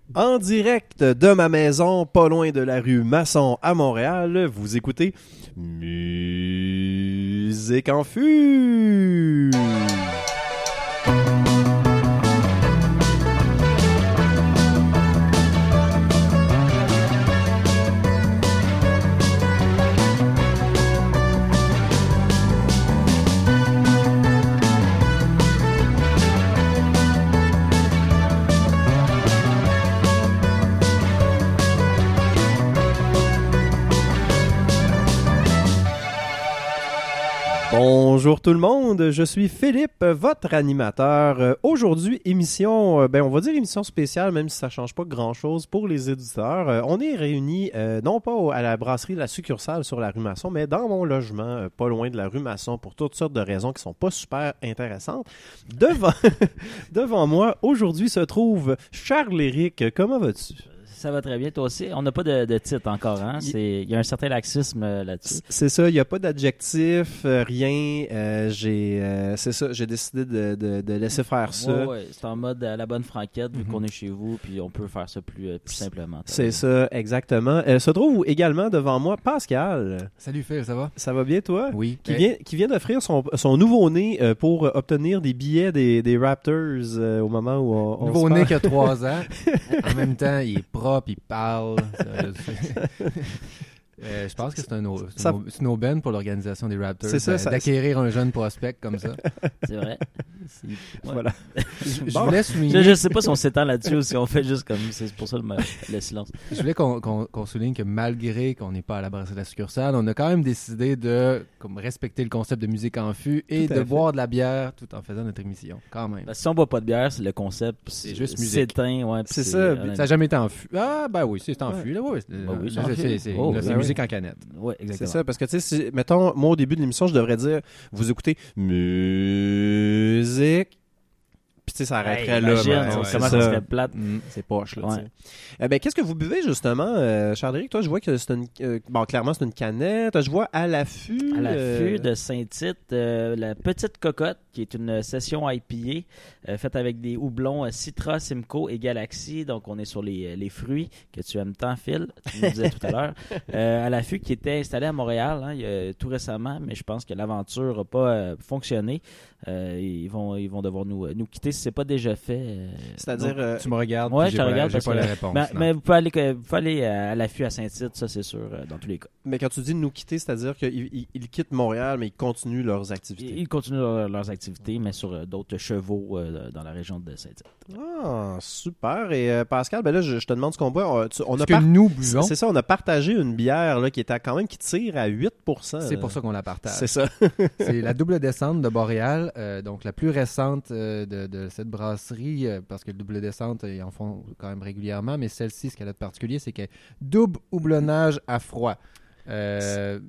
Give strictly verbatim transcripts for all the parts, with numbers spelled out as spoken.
En direct de ma maison, pas loin de la rue Masson à Montréal, vous écoutez Musique en fût. Bonjour tout le monde, je suis Philippe, votre animateur. Euh, aujourd'hui, émission, euh, ben on va dire émission spéciale, même si ça ne change pas grand-chose pour les éditeurs. Euh, on est réunis, euh, non pas au, à la brasserie de la succursale sur la rue Masson, mais dans mon logement, euh, pas loin de la rue Masson, pour toutes sortes de raisons qui sont pas super intéressantes. Devant, devant moi, aujourd'hui se trouve Charles-Éric. Comment vas-tu? Ça va très bien, toi aussi. On n'a pas de, de titre encore, hein? C'est, il y a un certain laxisme euh, là-dessus. C'est ça, il n'y a pas d'adjectif, euh, rien. Euh, j'ai, euh, c'est ça, j'ai décidé de, de, de laisser faire ça. Ouais, ouais, c'est en mode à la bonne franquette, vu Mm-hmm. qu'on est chez vous, puis on peut faire ça plus, plus simplement. C'est ça, exactement. Euh, se trouve également devant moi Pascal. Salut Phil, ça va? Ça va bien, toi? Oui. Qui Eh, vient, qui vient d'offrir son, son nouveau-né euh, pour obtenir des billets des, des Raptors euh, au moment où on, on Nouveau-né se qui a trois ans. En même temps, il est propre, il parle. Ça, euh, je pense que c'est un no- c'est Ça- no- c'est une aubaine pour l'organisation des Raptors C'est ça, d'a- ça- d'acquérir un jeune prospect comme ça. C'est vrai. C'est- ouais. Voilà. Je, je Bon. voulais Je, souligner, je sais pas si on s'étend là-dessus ou si on fait juste comme... C'est pour ça le, le silence. je voulais qu'on, qu'on- qu'on souligne que malgré qu'on n'est pas à la brasserie de la succursale, on a quand même décidé de comme, respecter le concept de musique en fût et Tout à de fait. boire de la bière tout en faisant notre émission. Quand même. Ben, si on boit pas de bière, c'est le concept. C'est juste musique. s'éteint, ouais. puis C'est ça, honnêtement- Ça n'a jamais été en fût. Ah, ben oui, c'est en Ouais. fût. Là, oui, Ben oui, c'est en c'est, fût. c'est, c'est, Oh, là, oui, c'est oui. musique en canette. Ouais, C'est exactement. ça, parce que tu sais, si, mettons, moi au début de l'émission, je devrais dire, vous écoutez musique, puis tu sais, ça arrêterait Hey, là. imagine, ben, on- c'est comment ça ça. serait plate. Mm. C'est poche, là, Ouais. tu sais. Eh ben, qu'est-ce que vous buvez, justement, euh, Charles-Éric? Toi, je vois que c'est une... euh, bon, clairement, c'est une canette. Je vois à l'affût... À l'affût euh, de Saint-Tite, euh, la Petite Cocotte, qui est une session I P A euh, faite avec des houblons euh, Citra, Simcoe et Galaxy. Donc, on est sur les, les fruits que tu aimes tant, Phil, tu nous disais tout à l'heure. Euh, à l'affût, qui était installé à Montréal hein, il y a, tout récemment, mais je pense que l'aventure n'a pas euh, fonctionné. Euh, ils, vont, ils vont devoir nous, nous quitter si ce n'est pas déjà fait. euh, C'est-à-dire... donc, euh, Tu me regardes, Ouais, puis je j'ai te pas, regarde j'ai parce pas que- la réponse. mais, non. mais vous pouvez aller, vous pouvez aller à, à l'affût à Saint-Tite, ça c'est sûr, euh, dans tous les cas. mais quand tu dis nous quitter, c'est-à-dire qu'ils ils- ils quittent Montréal, mais ils continuent leurs activités. Ils, ils continuent leur- leurs activités, mais sur euh, d'autres chevaux euh, dans la région de Saint-Tite. Ah, super. Et euh, Pascal, ben là, je, je te demande ce qu'on boit. On, tu- on Ce a que par- nous buvons, C'est ça, on a partagé une bière là, qui était quand même qui tire à huit pour cent. c'est pour ça qu'on la partage. C'est ça. C'est la double descente de Boréal, euh, donc la plus récente euh, de, de cette brasserie, euh, parce que le double descente, euh, ils en font quand même régulièrement, mais celle-ci, ce qu'elle a de particulier, c'est qu'elle est double houblonnage à froid. Euh,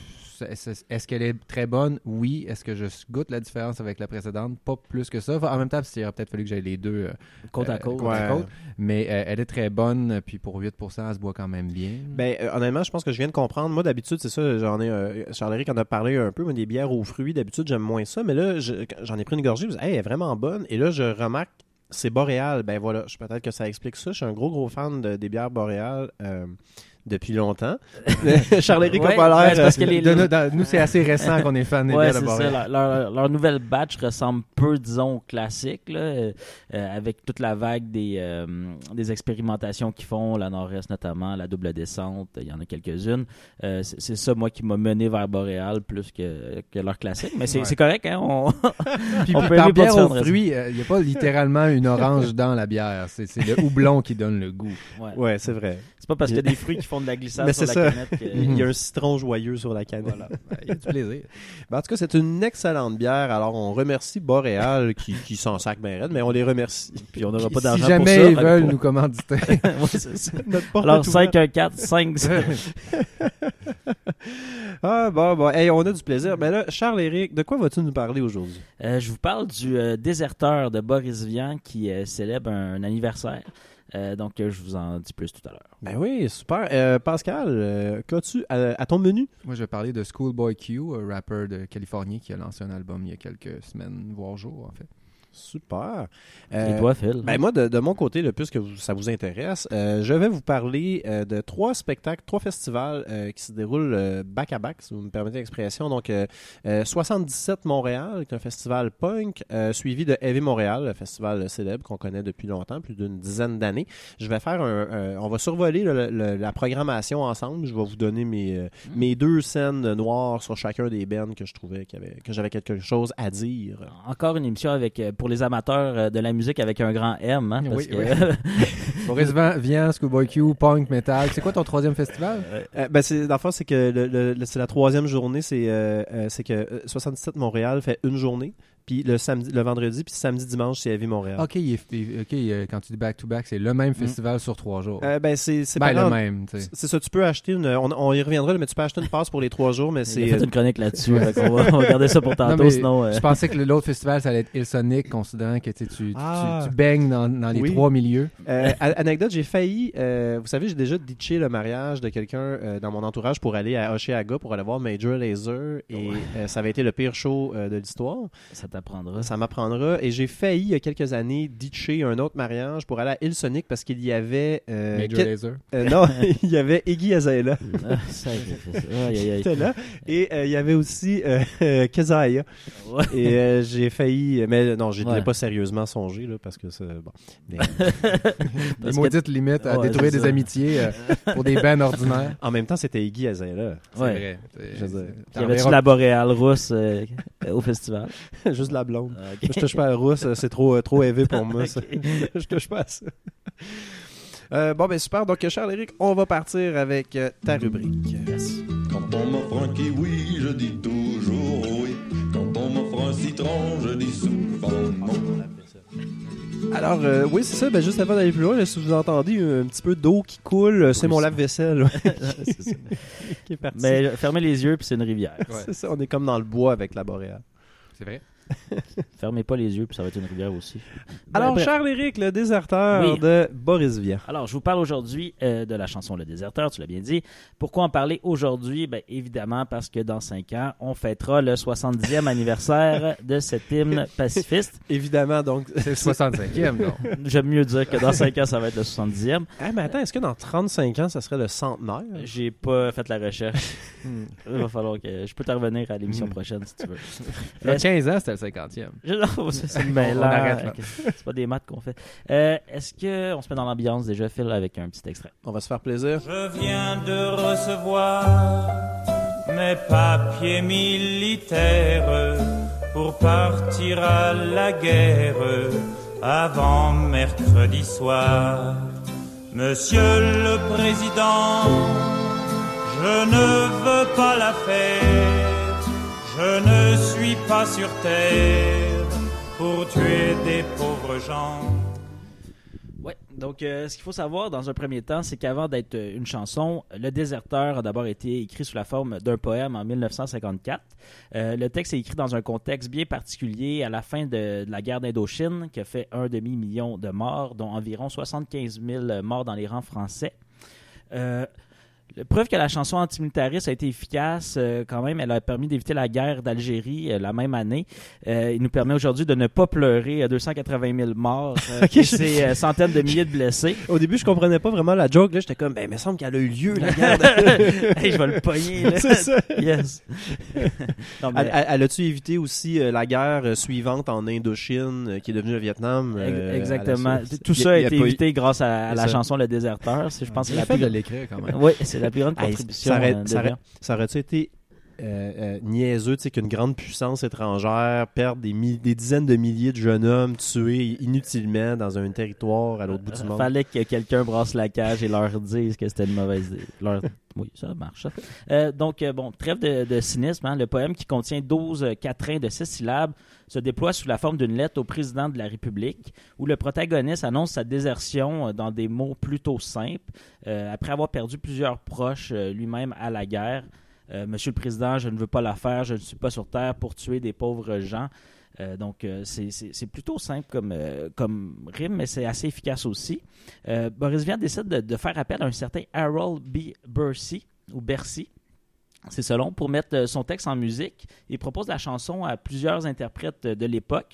est-ce est-ce qu'elle est très bonne? Oui. Est-ce que je goûte la différence avec la précédente? Pas plus que ça. Enfin, en même temps, il aurait peut-être fallu que j'aille les deux euh, Côte à euh, côte. côte à Ouais. côte. Mais euh, elle est très bonne, puis pour huit pour cent, elle se boit quand même bien. Ben, euh, honnêtement, je pense que je viens de comprendre. Moi, d'habitude, c'est ça, j'en ai. Euh, Charles-Éric en a parlé un peu. Moi, des bières aux fruits, d'habitude, j'aime moins ça. Mais là, je- quand j'en ai pris une gorgée. Je me dis, hey, elle est vraiment bonne. Et là, je remarque, c'est Boréal. Ben voilà, je- peut-être que ça explique ça. Je suis un gros, gros fan de- des bières Boréal euh, depuis longtemps. Charles-Éric Ouais, a pas l'air. ben, c'est parce que euh, les- De no- dans- nous, c'est assez récent qu'on est fan des Ouais, bières de c'est Boréal. ça. Leur, leur, leur nouvelle batch ressemble peu, disons, au classique, là, euh, euh, avec toute la vague des, euh, des expérimentations qu'ils font, la Nord-Est notamment, la double descente, il y en a quelques-unes. Euh, c'est, c'est ça, moi, qui m'a mené vers Boréal plus que, que leur classique. Mais c'est, Ouais. c'est correct, hein? On... Puis, On puis peut par aimer pas bière aux différentes raisons. fruits, il n'y a pas littéralement une orange dans la bière. C'est, c'est le houblon qui donne le goût. Ouais. Ouais, c'est vrai. C'est pas parce qu'il y a des fruits qui font de la glissade Mais sur c'est la ça. canette que... Il y a un citron joyeux sur la canette. Voilà. Il y a du plaisir. Ben, en tout cas, c'est une excellente bière. Alors, on remercie Boréal qui, qui s'en sac bien raide, mais on les remercie. Puis on n'aura pas si d'argent jamais pour ça. ils fait veulent que- nous commanditer. Ouais, c'est ça. Notre porte Alors, est ouverte. cinq un quatre cinq Ah, bon, bon. Hey, on a du plaisir. Mais là, Charles-Éric, de quoi vas-tu nous parler aujourd'hui? Euh, je vous parle du euh, déserteur de Boris Vian qui euh, célèbre un anniversaire. Euh, donc, euh, je vous en dis plus tout à l'heure. Ben oui, super. Euh, Pascal, euh, qu'as-tu à, à ton menu? Moi, je vais parler de Schoolboy Q, un rappeur de Californie qui a lancé un album il y a quelques semaines, voire jours, en fait. Super. Et Euh, toi, Phil? Ben moi, de, de mon côté, le plus que vous- ça vous intéresse, euh, je vais vous parler euh, de trois spectacles, trois festivals euh, qui se déroulent euh, back-à-back, si vous me permettez l'expression. Donc, euh, euh, soixante-dix-sept Montréal, qui est un festival punk, euh, suivi de Heavy Montréal, le festival célèbre qu'on connaît depuis longtemps, plus d'une dizaine d'années. Je vais faire un... euh, on va survoler le- le- la programmation ensemble. Je vais vous donner mes, euh, Mm. mes deux scènes noires sur chacun des bands que je trouvais qu'il y avait- que j'avais quelque chose à dire. Encore une émission avec euh, pour les amateurs euh, de la musique avec un grand M. Hein, parce Oui, que, oui. Boris Vian, Vian, Schoolboy Q, Punk, Metal. C'est quoi ton troisième festival? Euh, ben c'est, dans le fond, c'est que le, le- le- c'est la troisième journée, c'est, euh, euh, c'est que euh, soixante-dix-sept Montréal fait une journée, puis le samedi, le vendredi, puis samedi, dimanche, c'est Heavy Montréal. Ok, il est- il- ok, euh, quand tu dis back-to-back, c'est le même festival sur trois jours. Euh, ben c'est, c'est ben, pas le grave. même, tu sais. C'est ça, tu peux acheter une. On, on y reviendra, mais tu peux acheter une passe pour les trois jours, mais Il c'est. a fait une chronique là-dessus. fait qu'on va, on va garder ça pour tantôt, Non, mais sinon. euh, Je pensais que l'autre festival, ça allait être Hillsonic, considérant que tu, sais, tu, tu- Ah. tu baignes dans, dans les Oui. trois milieux. Euh, a- anecdote, j'ai failli. euh, vous savez, j'ai déjà ditché le mariage de quelqu'un euh, dans mon entourage pour aller à Oshéaga pour aller voir Major Lazer, et euh, ça avait été le pire show euh, de l'histoire. Ça t'apprendra. Ça m'apprendra. Et j'ai failli, il y a quelques années, ditcher un autre mariage pour aller à Hillsonic parce qu'il y avait. euh, Major que- Lazer. euh, non, il y avait Iggy Azalea Ah, ça, j'ai fait ça. Aïe, aïe, qui aïe. était là. Et euh, il y avait aussi euh, euh, Keziah. Ouais. Et euh, j'ai failli. Mais non, je ne Ouais. l'ai pas sérieusement songé, là, parce que c'est. Bon. Mais, Des Parce que- maudites limites à Ouais, détruire c'est des ça. amitiés euh, pour des bands ordinaires. en même temps, c'était Iggy Azalea. C'est Ouais. vrai. C'est- Je veux dire, Il y T'en avait-tu verras- la boréale russe euh, au festival? Juste la blonde. Ah, ok. Moi, je touche pas à la rousse, c'est trop, euh, trop élevé pour moi. ça. Ok. Je touche pas à ça. Euh, bon, ben super. Donc, Charles Éric, on va partir avec euh, ta rubrique. Yes. Quand on m'offre un kiwi, je dis toujours oui. Quand on m'offre un citron, je dis souvent non. Alors, euh, oui, c'est ça. Ben, juste avant d'aller plus loin, là, si vous entendez un petit peu d'eau qui coule, euh, c'est Oui, mon ça. lave-vaisselle ouais, C'est ça. qui est parti. Mais euh, fermez les yeux, puis c'est une rivière. Ouais. C'est ça, on est comme dans le bois avec la boréale. C'est vrai. Fermez pas les yeux, puis ça va être une rivière aussi. Alors, Bref. Charles-Éric, le déserteur Oui. de Boris Vian. Alors, je vous parle aujourd'hui euh, de la chanson Le Déserteur, tu l'as bien dit. Pourquoi en parler aujourd'hui? Ben, évidemment, parce que dans cinq ans, on fêtera le soixante-dixième anniversaire de cet hymne pacifiste. Évidemment, donc. C'est le soixante-cinquième, non? J'aime mieux dire que dans cinq ans, ça va être le soixante-dixième. Ah, mais attends, est-ce que dans trente-cinq ans, ça serait le centenaire? J'ai pas fait la recherche. Hmm. Il va falloir que... Je peux te revenir à l'émission Hmm. prochaine, si tu veux. Il y a quinze ans, c'était le cinquantième. Je... Non, ça, c'est une On belle arrête là. C'est pas des maths qu'on fait. Euh, Est-ce qu'on se met dans l'ambiance déjà, Phil, avec un petit extrait? On va se faire plaisir. Je viens de recevoir mes papiers militaires pour partir à la guerre avant mercredi soir. Monsieur le Président, je ne veux pas la faire, je ne suis pas sur terre pour tuer des pauvres gens. Ouais, donc euh, ce qu'il faut savoir dans un premier temps, c'est qu'avant d'être euh, une chanson, Le Déserteur a d'abord été écrit sous la forme d'un poème en mille neuf cent cinquante-quatre. Euh, le texte est écrit dans un contexte bien particulier à la fin de, de la guerre d'Indochine, qui a fait un demi-million de morts, dont environ soixante-quinze mille morts dans les rangs français. Euh, La preuve que la chanson antimilitariste a été efficace, euh, quand même, elle a permis d'éviter la guerre d'Algérie euh, la même année. Euh, il nous permet aujourd'hui de ne pas pleurer à deux cent quatre-vingt mille morts euh, Ok, et je- ses euh, centaines de milliers de blessés. Au début, je comprenais pas vraiment la joke. Là, j'étais comme, ben, il me semble qu'elle a eu lieu, la guerre. Hey, je vais le pogner, là. C'est ça. Yes. Non, mais- Elle, elle- elle a-tu évité aussi euh, la guerre euh, suivante en Indochine, euh, qui est devenue le Vietnam? euh, Exactement. à la- Tout Il y ça a il y été pas eu- évité grâce à, à la C'est ça. chanson Le Déserteur. C'est, je pense que c'est J'ai la fait plus... de l'écrire quand même. Oui, c'est la plus grande Hey, contribution. ça aurait, euh, de ça aurait- Vian. ça aurait-tu été euh, euh, niaiseux, tu sais, qu'une grande puissance étrangère perde des, mi- des dizaines de milliers de jeunes hommes tués inutilement dans un territoire à l'autre bout du monde? Fallait que quelqu'un brasse la cage et leur dise que c'était une mauvaise idée. Leur... Oui, ça marche. ça. Euh, donc, euh, bon, trêve de, de cynisme. Hein. Le poème qui contient douze quatrains de six syllabes se déploie sous la forme d'une lettre au président de la République où le protagoniste annonce sa désertion euh, dans des mots plutôt simples. Euh, après avoir perdu plusieurs proches euh, lui-même à la guerre, euh, Monsieur le Président, je ne veux pas la faire, je ne suis pas sur terre pour tuer des pauvres gens. Euh, donc, euh, c'est, c'est, c'est plutôt simple comme, euh, comme rime, mais c'est assez efficace aussi. Euh, Boris Vian décide de, de faire appel à un certain Harold B. Bercy, ou Bercy, c'est selon, pour mettre euh, son texte en musique. Il propose la chanson à plusieurs interprètes euh, de l'époque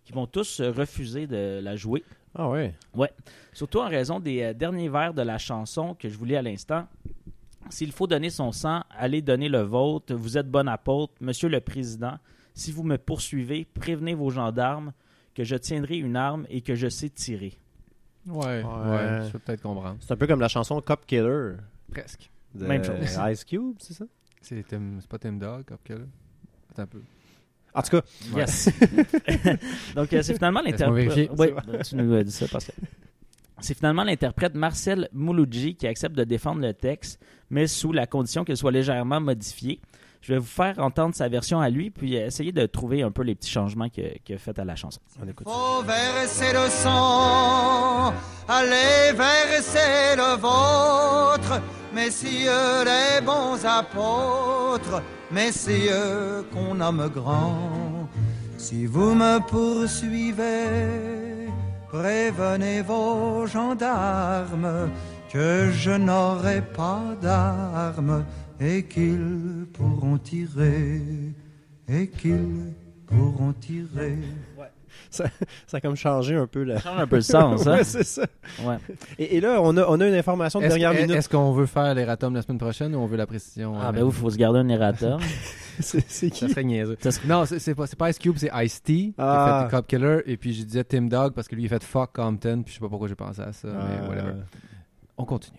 qui vont tous euh, refuser de la jouer. Ah ouais. Ouais. Surtout en raison des euh, derniers vers de la chanson que je vous lis à l'instant. S'il faut donner son sang, allez donner le vôtre. Vous êtes bon apôtre, Monsieur le Président. Si vous me poursuivez, prévenez vos gendarmes que je tiendrai une arme et que je sais tirer. Ouais, ouais, Ouais. je peux peut-être comprendre. C'est un peu comme la chanson Cop Killer Presque. de Même chose. Ice Cube, c'est ça? C'est, Tim- c'est pas Tim Dog, Cop Killer? Attends un peu. En tout cas, Yes. Donc, euh, c'est finalement Laisse-moi vérifier. l'interprète. Oui, tu nous as dit ça, Pascal. C'est finalement l'interprète Marcel Mouloudji qui accepte de défendre le texte, mais sous la condition qu'il soit légèrement modifié. Je vais vous faire entendre sa version à lui, puis essayer de trouver un peu les petits changements qu'il a, qu'il a fait à la chanson. On écoute ça. Faut verser le sang, allez verser le vôtre, messieurs les bons apôtres, messieurs qu'on nomme grands. Si vous me poursuivez, prévenez vos gendarmes que je n'aurai pas d'armes et qu'ils pourront tirer, et qu'ils pourront tirer. ça, ça a comme changé un peu la... Ça change un peu le sens, hein? Ouais, c'est ça. Ouais. Et, et là, on a, on a une information de Est-ce, dernière est- minute. est-ce qu'on veut faire l'erratum la semaine prochaine ou on veut la précision? Ah, euh, ben oui, il faut se garder un erratum. c'est, c'est Ça qui? serait niaiseux. Ça serait- Non, c'est, c'est pas, c'est pas Ice Cube, c'est Ice-T qui Ah. a fait Cop Killer. Et puis je disais Tim Dog parce que lui il a fait Fuck Compton. Puis je sais pas pourquoi j'ai pensé à ça. Euh, Mais whatever. On continue.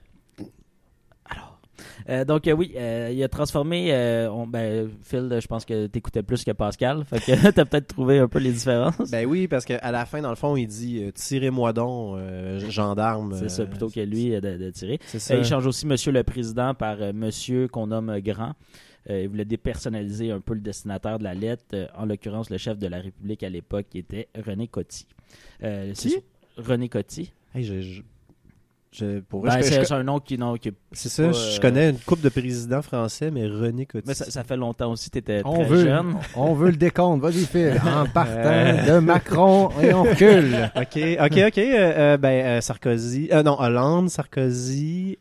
Euh, donc, euh, oui, euh, il a transformé. Euh, on, ben, Phil, je pense que t'écoutais plus que Pascal. Fait que t'as peut-être trouvé un peu les différences. Ben oui, parce qu'à la fin, dans le fond, il dit euh, tirez-moi donc, euh, gendarme. C'est ça, euh, plutôt que lui euh, de, de tirer. C'est ça. Euh, il change aussi Monsieur le Président par euh, Monsieur qu'on nomme Grand. Euh, il voulait dépersonnaliser un peu le destinataire de la lettre, euh, en l'occurrence le chef de la République à l'époque qui était René Coty. Euh, Qui? c'est- René Coty. Hey, je, je, je- pour vrai, Ben, je- c'est, je- c'est un nom qui... Non, qui c'est ça, pas, je euh, connais une couple de présidents français, mais René Coty. mais ça, ça fait longtemps aussi, tu étais On très veut, jeune. on veut le décompte. Vas-y, Phil. En partant Euh. de Macron et on recule. Ok, ok, ok. euh, euh, ben, euh, Sarkozy. Euh, non, Hollande, Sarkozy.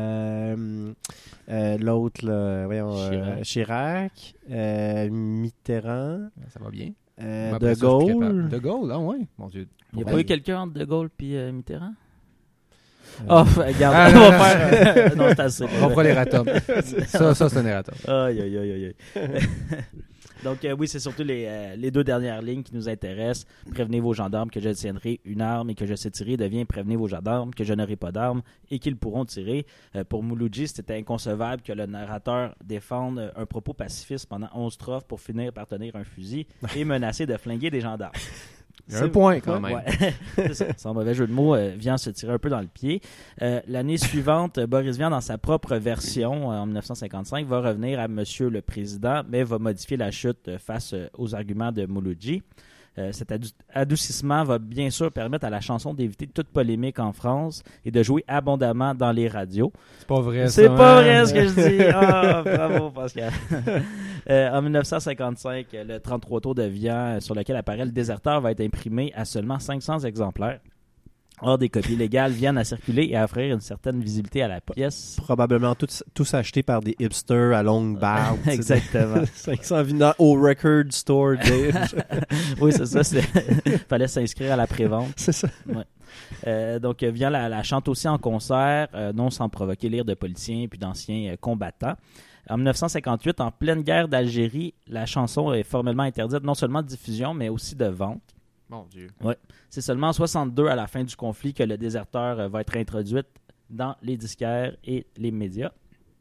Euh, euh, l'autre, là, voyons, euh, Chirac. Chirac. euh, Mitterrand. Ça va bien. euh, Après de ça, je suis Gaulle. capable. De Gaulle, ah ouais. Mon Dieu. Il n'y a Ouais. pas eu quelqu'un entre De Gaulle et Mitterrand? Euh, Oh, regarde, Ah, on non, va non. faire... non, c'est assez. On fera l'erratum. Ça, ça, c'est un erratum. Aïe, aïe, aïe, aïe, aïe. Donc, euh, oui, c'est surtout les, euh, les deux dernières lignes qui nous intéressent. Prévenez vos gendarmes que je tiendrai une arme et que je sais tirer. Devient prévenez vos gendarmes que je n'aurai pas d'arme et qu'ils pourront tirer. Euh, pour Mouloudji, c'était inconcevable que le narrateur défende euh, un propos pacifiste pendant onze strophes pour finir par tenir un fusil et menacer de flinguer des gendarmes. Il y a un point quand même. Ouais. C'est ça. Sans mauvais jeu de mots, euh, Vian se tirer un peu dans le pied. Euh, l'année suivante, euh, Boris Vian, dans sa propre version, euh, en dix-neuf cent cinquante-cinq, va revenir à Monsieur le Président, mais va modifier la chute euh, face euh, aux arguments de Mouloudji. Euh, cet adu- adoucissement va bien sûr permettre à la chanson d'éviter toute polémique en France et de jouer abondamment dans les radios. C'est pas vrai. C'est ça, pas hein? vrai ce que je dis. Ah, bravo Pascal. Euh, en dix-neuf cent cinquante-cinq, le trente-trois tours de Vian euh, sur lequel apparaît le déserteur va être imprimé à seulement cinq cents exemplaires. Or, des copies légales viennent à circuler et à offrir une certaine visibilité à la pièce. Probablement tous, tous achetés par des hipsters à longue barbe. tu sais. Exactement. cinq cents vingt au record store. Day. Oui, c'est ça. Il fallait s'inscrire à la prévente. C'est ça. Euh, donc, euh, Vian la, la chante aussi en concert, euh, non sans provoquer l'ire de politiciens puis d'anciens euh, combattants. En dix-neuf cent cinquante-huit, en pleine guerre d'Algérie, la chanson est formellement interdite non seulement de diffusion, mais aussi de vente. Mon Dieu. C'est seulement en soixante-deux, à la fin du conflit, que le déserteur euh, va être introduite dans les disquaires et les médias.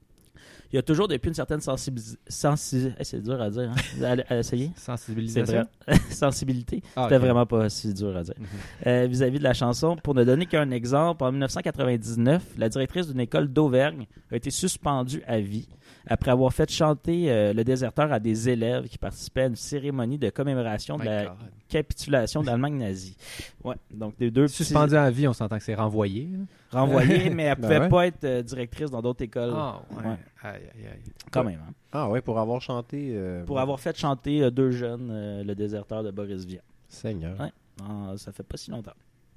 Il y a toujours depuis une certaine sensibilisation... Sensi... Eh, c'est dur à dire, hein? à, à essayer. C'est Sensibilisation. vrai. Sensibilité. Ah, C'était ok. vraiment pas si dur à dire. Mhm. Euh, vis-à-vis de la chanson, pour ne donner qu'un exemple, en dix-neuf cent quatre-vingt-dix-neuf, la directrice d'une école d'Auvergne a été suspendue à vie après avoir fait chanter euh, le déserteur à des élèves qui participaient à une cérémonie de commémoration de My la God. capitulation de l'Allemagne nazie. Ouais, donc des deux petits Suspendu à vie, on s'entend que c'est renvoyé. là. renvoyés, mais elle Ben pouvait ouais. pas être euh, directrice dans d'autres écoles. Ah, ouais. Ouais. Aïe, aïe, aïe. Quand même. Hein. Ah ouais, pour avoir chanté. euh, Pour avoir fait chanter euh, deux jeunes, euh, le déserteur de Boris Vian. Seigneur. Ouais. Ah, ça fait pas si longtemps.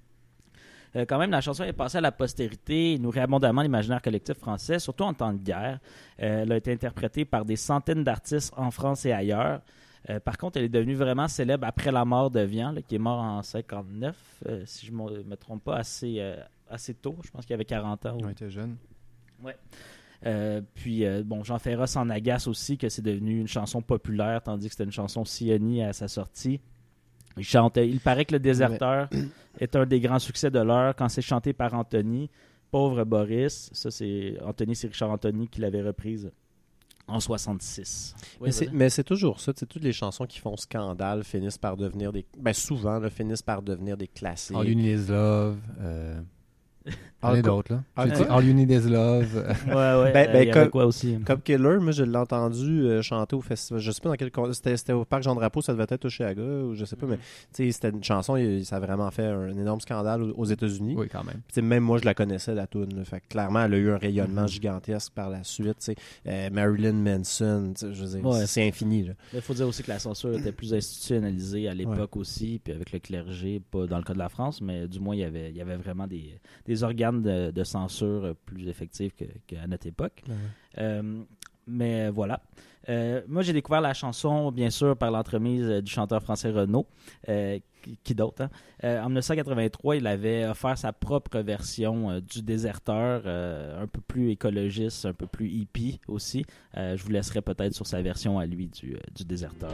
Euh, quand même, la chanson est passée à la postérité et nourrit abondamment l'imaginaire collectif français, surtout en temps de guerre. Euh, elle a été interprétée par des centaines d'artistes en France et ailleurs. Euh, par contre, elle est devenue vraiment célèbre après la mort de Vian, là, qui est mort en cinquante-neuf, euh, si je ne me trompe pas, assez, euh, assez tôt. Je pense qu'il avait quarante ans. Ou... Il était jeune. Ouais. Euh, puis, euh, bon, Jean Ferrat s'en agace aussi que c'est devenu une chanson populaire, tandis que c'était une chanson Sioni à sa sortie. Il chante, il paraît que Le Déserteur ouais. est un des grands succès de l'heure quand c'est chanté par Anthony. Pauvre Boris, ça c'est Anthony, c'est Richard Anthony qui l'avait reprise en soixante-six. Oui, mais, c'est, mais c'est toujours ça, toutes les chansons qui font scandale finissent par devenir des... Ben souvent, là, finissent par devenir des classiques. All You Need Is Love... Euh... All Il y en a d'autres, là. All, dit, All You Need Is Love. Ouais, ouais. Ben, euh, ben, il y comme, avait quoi aussi? Comme Killer, moi, je l'ai entendu euh, chanter au festival. Je sais pas dans quel contexte. C'était, c'était au Parc Jean-Drapeau, ça devait être au Chicago, ou je sais pas, mm-hmm. mais c'était une chanson, ça a vraiment fait un, un énorme scandale aux, aux États-Unis. Oui, quand même. T'sais, même moi, je la connaissais, la toune. Là. Fait que, clairement, elle a eu un rayonnement mm-hmm. gigantesque par la suite. Euh, Marilyn Manson, je veux dire, ouais. c'est infini. Il faut dire aussi que la censure était plus institutionnalisée à l'époque ouais. aussi, puis avec le clergé, pas dans le cas de la France, mais du moins, il y avait, il y avait vraiment des, des organes de, de censure plus effective que, qu'à notre époque. Ouais. Euh, mais voilà. Euh, moi, j'ai découvert la chanson, bien sûr, par l'entremise du chanteur français Renaud, euh, qui, qui d'autre. Hein? Euh, en dix-neuf cent quatre-vingt-trois, il avait offert sa propre version euh, du Déserteur, euh, un peu plus écologiste, un peu plus hippie aussi. Euh, je vous laisserai peut-être sur sa version à lui du, euh, du Déserteur.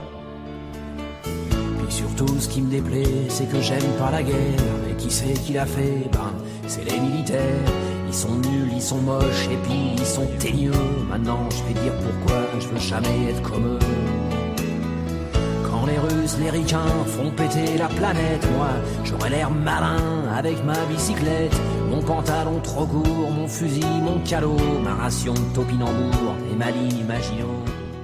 Puis surtout, ce qui me déplaît, c'est que j'aime pas la guerre. Et qui c'est qui l'a fait? Ben, c'est les militaires. Ils sont nuls, ils sont moches, et puis ils sont teigneux. Maintenant, je vais dire pourquoi je veux jamais être comme eux. Quand les Russes, les Ricains font péter la planète, moi, j'aurais l'air malin avec ma bicyclette. Mon pantalon trop court, mon fusil, mon calot, ma ration de topinambour et ma ligne Maginot.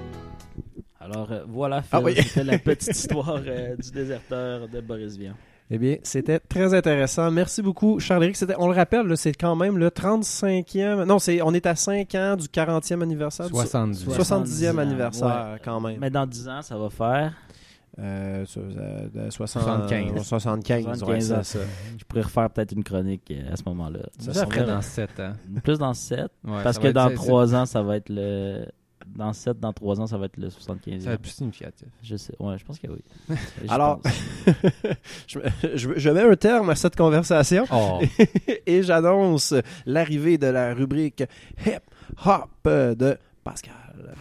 Alors euh, voilà, Phil, ah oui. c'était la petite histoire euh, du Déserteur de Boris Vian. Eh bien, c'était très intéressant. Merci beaucoup, Charles-Éric. C'était, on le rappelle, là, c'est quand même le trente-cinquième... Non, c'est, on est à cinq ans du quarantième anniversaire. soixante-dix. Du soixante-dixième anniversaire, ouais. quand même. Mais dans dix ans, ça va faire... Euh, euh, soixante, soixante-quinze. soixante-quinze, soixante-quinze ouais, ans. c'est ça. Je pourrais refaire peut-être une chronique à ce moment-là. Ça, ça ferait dans sept ans. Plus dans sept. Ouais, parce que dans trois ans, ça va être le... Dans sept, dans trois ans, ça va être le soixante-quinzième. Ça va être plus significatif. Je sais. Ouais, je pense que oui. Alors, je, je, je mets un terme à cette conversation oh. et j'annonce l'arrivée de la rubrique Hip Hop de Pascal.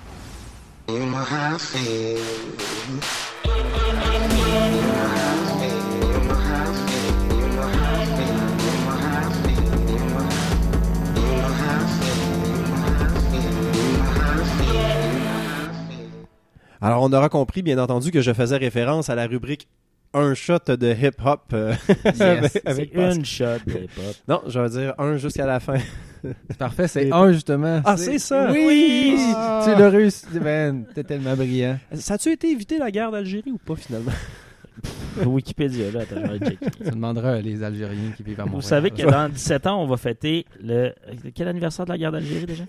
Alors, on aura compris, bien entendu, que je faisais référence à la rubrique un shot de hip-hop. Euh, yes, avec, avec c'est une shot de hip-hop. Non, je vais dire un jusqu'à la fin. C'est parfait, c'est Et... un justement. Ah, c'est, c'est ça? Oui! oui! Ah. Tu l'as réussi, Ben. T'es tellement brillant. Ça a-tu été évité la guerre d'Algérie ou pas, finalement? Wikipédia, là, attends, je vais checker. Ça demandera les Algériens qui vivent à Montréal. Vous savez que dans dix-sept ans, on va fêter le... Quel anniversaire de la guerre d'Algérie, déjà?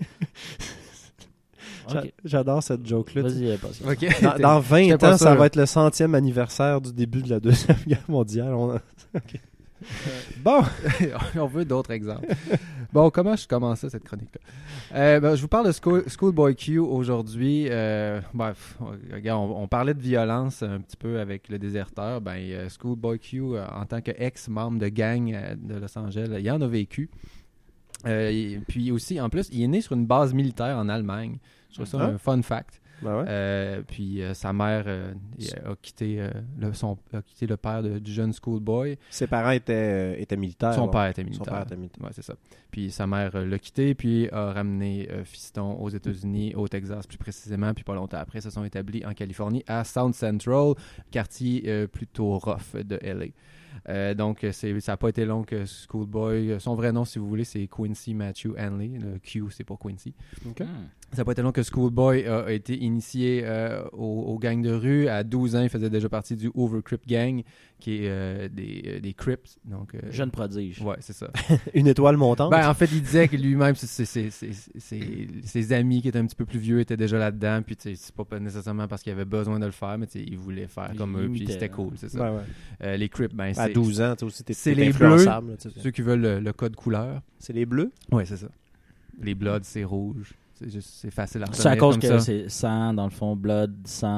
Okay. J'adore cette joke-là. Vas-y, Pascal. Okay. Dans, dans vingt ans, ça va être le centième anniversaire du début de la Deuxième Guerre mondiale. On a... okay. Bon, on veut d'autres exemples. Bon, comment je commençais cette chronique-là? Euh, ben, je vous parle de School, Schoolboy Q aujourd'hui. Euh, bref, regarde, on, on parlait de violence un petit peu avec le Déserteur. Ben, euh, Schoolboy Q, euh, en tant qu'ex-membre de gang euh, de Los Angeles, il en a vécu. Euh, et, puis aussi, en plus, il est né sur une base militaire en Allemagne. Je trouve ça ah. un fun fact. Ben ouais. euh, puis euh, sa mère euh, a, quitté, euh, le, son, a quitté le père de, du jeune Schoolboy. Ses parents étaient, euh, étaient militaires. Son ouais. père était militaire. Son père était militaire. Ouais, c'est ça. Puis sa mère euh, l'a quitté, puis a ramené euh, Fiston aux États-Unis, au Texas plus précisément. Puis pas longtemps après, se sont établis en Californie, à South Central, quartier euh, plutôt rough de L A. Euh, donc, c'est, ça n'a pas été long que Schoolboy... Son vrai nom, si vous voulez, c'est Quincy Matthew Hanley. Le Q, c'est pas Quincy. Okay. Mm. Ça n'a pas été long que Schoolboy a, a été initié euh, aux, aux gangs de rue. À douze ans, il faisait déjà partie du Overcrip Gang, qui est euh, des, des Crips. Donc, euh, jeune prodige. Ouais, c'est ça. Une étoile montante. Ben, en fait, il disait que lui-même, c'est, c'est, c'est, c'est, c'est, ses amis qui étaient un petit peu plus vieux étaient déjà là-dedans. Puis, c'est pas nécessairement parce qu'il avait besoin de le faire, mais il voulait faire il comme eux. Puis, c'était cool, c'est ça. Ben, ouais. euh, les Crips, ben, c'est... À douze ans, tu aussi, t'es, c'est t'es les bleus, là, ceux qui veulent le, le code couleur. C'est les bleus? Ouais, c'est ça. Les Bloods, c'est rouge. C'est, juste, c'est facile à retenir. C'est à cause comme que ça. c'est sang, dans le fond, blood, sang.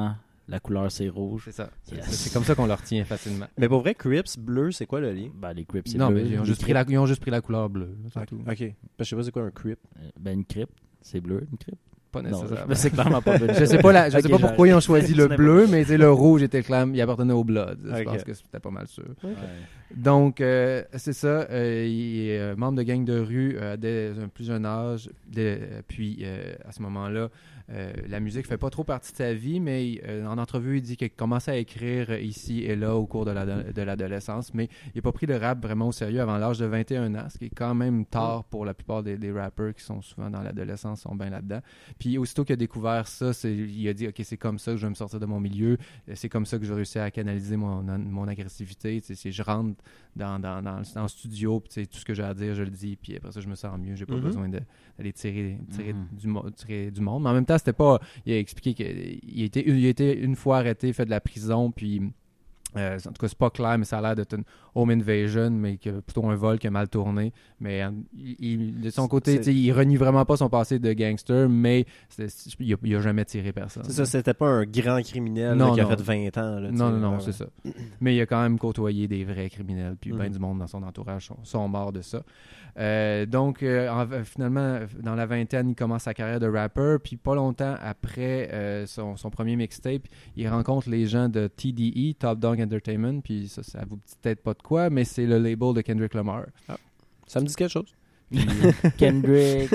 La couleur, c'est rouge. C'est ça. C'est, Yes. c'est, c'est comme ça qu'on le retient facilement. Mais pour vrai, Crips, bleu, c'est quoi le lien? Ben, les Crips, c'est Non, bleu. mais ils ont, Les juste pris la, Crips, ils ont juste pris la couleur bleue. C'est Ok. tout. Parce que je sais pas c'est quoi un Crip. euh, Ben, une crypte, c'est bleu, une crypte. Pas Non, nécessairement. mais c'est clairement pas bleu. Je sais pas, la, je Ok, sais pas j'ai- pourquoi ils ont choisi le C'est bleu, mais tu sais, le rouge était clairement, il appartenait au Blood. Je Ok. pense que c'était pas mal sûr. Ouais. Donc, euh, c'est ça. euh, il est euh, membre de gang de rue euh, dès un plus jeune âge. Dès- euh, puis, euh, à ce moment-là, euh, la musique fait pas trop partie de sa vie, mais euh, en entrevue, il dit qu'il commençait à écrire euh, ici et là au cours de, la, de l'adolescence, mais il n'a pas pris le rap vraiment au sérieux avant l'âge de vingt et un ans, ce qui est quand même tard pour la plupart des, des rappers qui sont souvent dans l'adolescence, sont bien là-dedans. Puis, aussitôt qu'il a découvert ça, c'est, il a dit « Ok, c'est comme ça que je vais me sortir de mon milieu, c'est comme ça que je vais réussir à canaliser mon, mon agressivité. Tu sais, si je rentre dans, dans, dans, dans le studio, puis tu sais, tout ce que j'ai à dire, je le dis, puis après ça, je me sens mieux. J'ai pas Mhm. besoin de, d'aller tirer, tirer, Mhm. du, mo- tirer du monde. Mais en même temps, c'était pas... Il a expliqué qu'il a été, il a été une fois arrêté, fait de la prison, puis... Euh, en tout cas, c'est pas clair, mais ça a l'air d'être une home invasion, mais que plutôt un vol qui a mal tourné. Mais euh, il, il- de son côté, C'est- tu sais, il renie vraiment pas son passé de gangster, mais c'est- c'est- il, a, il a jamais tiré personne. C'est ça, c'était pas un grand criminel Non, là, qui a non. fait vingt ans. Là, tu Non, sais. non, non, Ouais, c'est ouais. ça. Mais il a quand même côtoyé des vrais criminels, puis Mhm. bien du monde dans son entourage sont, sont morts de ça. Euh, donc, euh, en- finalement, dans la vingtaine, il commence sa carrière de rapper, puis pas longtemps après euh, son, son premier mixtape, il rencontre les gens de T D E, Top Dog Entertainment, puis ça, ça vous dit peut-être pas de quoi, mais c'est le label de Kendrick Lamar. Ça me dit quelque chose. Puis, Kendrick.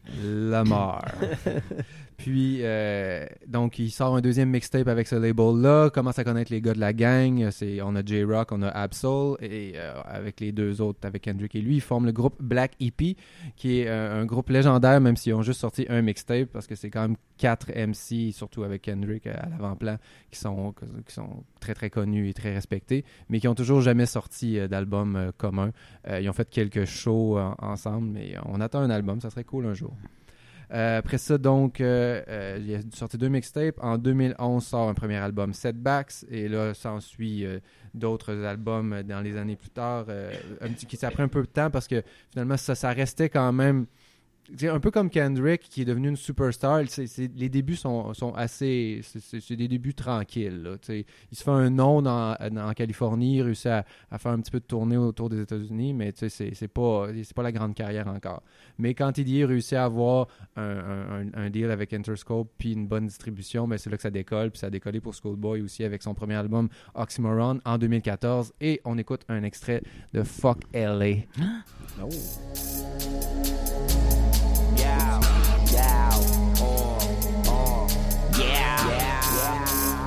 Lamar. Puis, euh, donc, il sort un deuxième mixtape avec ce label-là, commence à connaître les gars de la gang. C'est, on a J-Rock, on a Absol, et euh, avec les deux autres, avec Kendrick et lui, ils forment le groupe Black E P, qui est euh, un groupe légendaire, même s'ils ont juste sorti un mixtape, parce que c'est quand même quatre M C, surtout avec Kendrick à l'avant-plan, qui sont, qui sont très, très connus et très respectés, mais qui ont toujours jamais sorti euh, d'album euh, commun. Euh, ils ont fait quelques shows euh, ensemble, mais on attend un album, ça serait cool un jour. Euh, après ça, donc, euh, euh, il a sorti deux mixtapes. En deux mille onze, sort un premier album, Setbacks. Et là, s'ensuit euh, d'autres albums dans les années plus tard. Euh, un petit, qui ça prend un peu de temps parce que finalement, ça, ça restait quand même... C'est un peu comme Kendrick qui est devenu une superstar. C'est, c'est, les débuts sont, sont assez... C'est, c'est, c'est des débuts tranquilles. Là, il se fait un nom dans, en Californie, il réussit à, à faire un petit peu de tournée autour des États-Unis, mais c'est, c'est, pas, c'est pas la grande carrière encore. Mais quand il y réussit à avoir un, un, un deal avec Interscope puis une bonne distribution, ben c'est là que ça décolle. Puis ça a décollé pour Schoolboy aussi avec son premier album Oxymoron en deux mille quatorze. Et on écoute un extrait de Fuck L A. Oh. Yeah, yeah, oh, oh, yeah, yeah,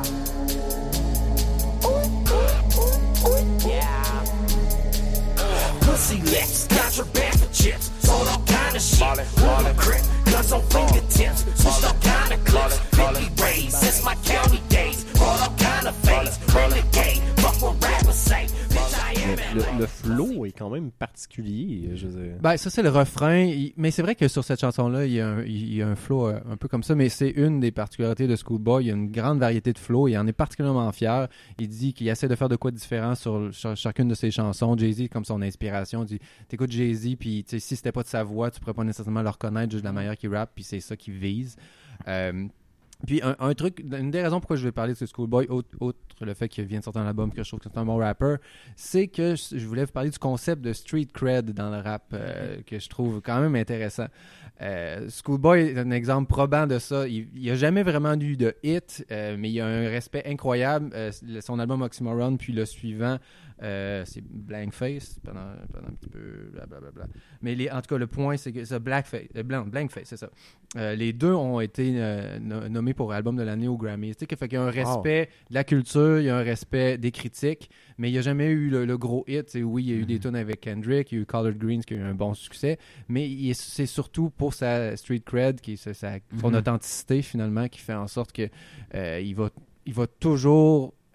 yeah. Pussy lips, contraband for chips, sold all kind of shit. With a grip, guns on fingertips, switched all kind of clips. fifty raised since my county days, brought all kind of face. Renegade, fuck what rappers say. Bitch, I am Le, le, le flow est quand même particulier. Je veux dire. Ben, ça, c'est le refrain. Il- Mais c'est vrai que sur cette chanson-là, il y a un, il y a un flow euh, un peu comme ça, mais c'est une des particularités de Schoolboy. Il y a une grande variété de flow. Il en est particulièrement fier. Il dit qu'il essaie de faire de quoi de différent sur, sur chacune de ses chansons. Jay-Z, comme son inspiration, dit t'écoutes Jay-Z, puis tu sais, si c'était pas de sa voix, tu pourrais pas nécessairement le reconnaître juste de la manière qu'il rappe, puis c'est ça qu'il vise. Euh, Puis un, un truc, une des raisons pourquoi je vais parler de ce Schoolboy, outre, outre le fait qu'il vient de sortir un album que je trouve que c'est un bon rapper, c'est que je, je voulais vous parler du concept de street cred dans le rap euh, que je trouve quand même intéressant. Euh, Schoolboy est un exemple probant de ça. Il n'a jamais vraiment eu de hit, euh, mais il a un respect incroyable. Euh, son album Oxymoron, puis le suivant, euh, c'est Blankface, pendant, pendant un petit peu, blablabla. Mais les, en tout cas, le point, c'est que ça, Blackface, euh, Blanc, Blankface, c'est ça. Euh, les deux ont été euh, no- nommés pour album de l'année au Grammy. Tu sais, qu'il fait qu'il y a un respect wow. de la culture, il y a un respect des critiques, mais il n'y a jamais eu le, le gros hit. Tu sais, oui, il y a eu mm-hmm. des tunes avec Kendrick, il y a eu Collard Greens qui a eu un bon succès, mais il est, c'est surtout pour sa street cred, qui est sa, sa, son mm-hmm. authenticité finalement, qui fait en sorte que euh, il va, il va toujours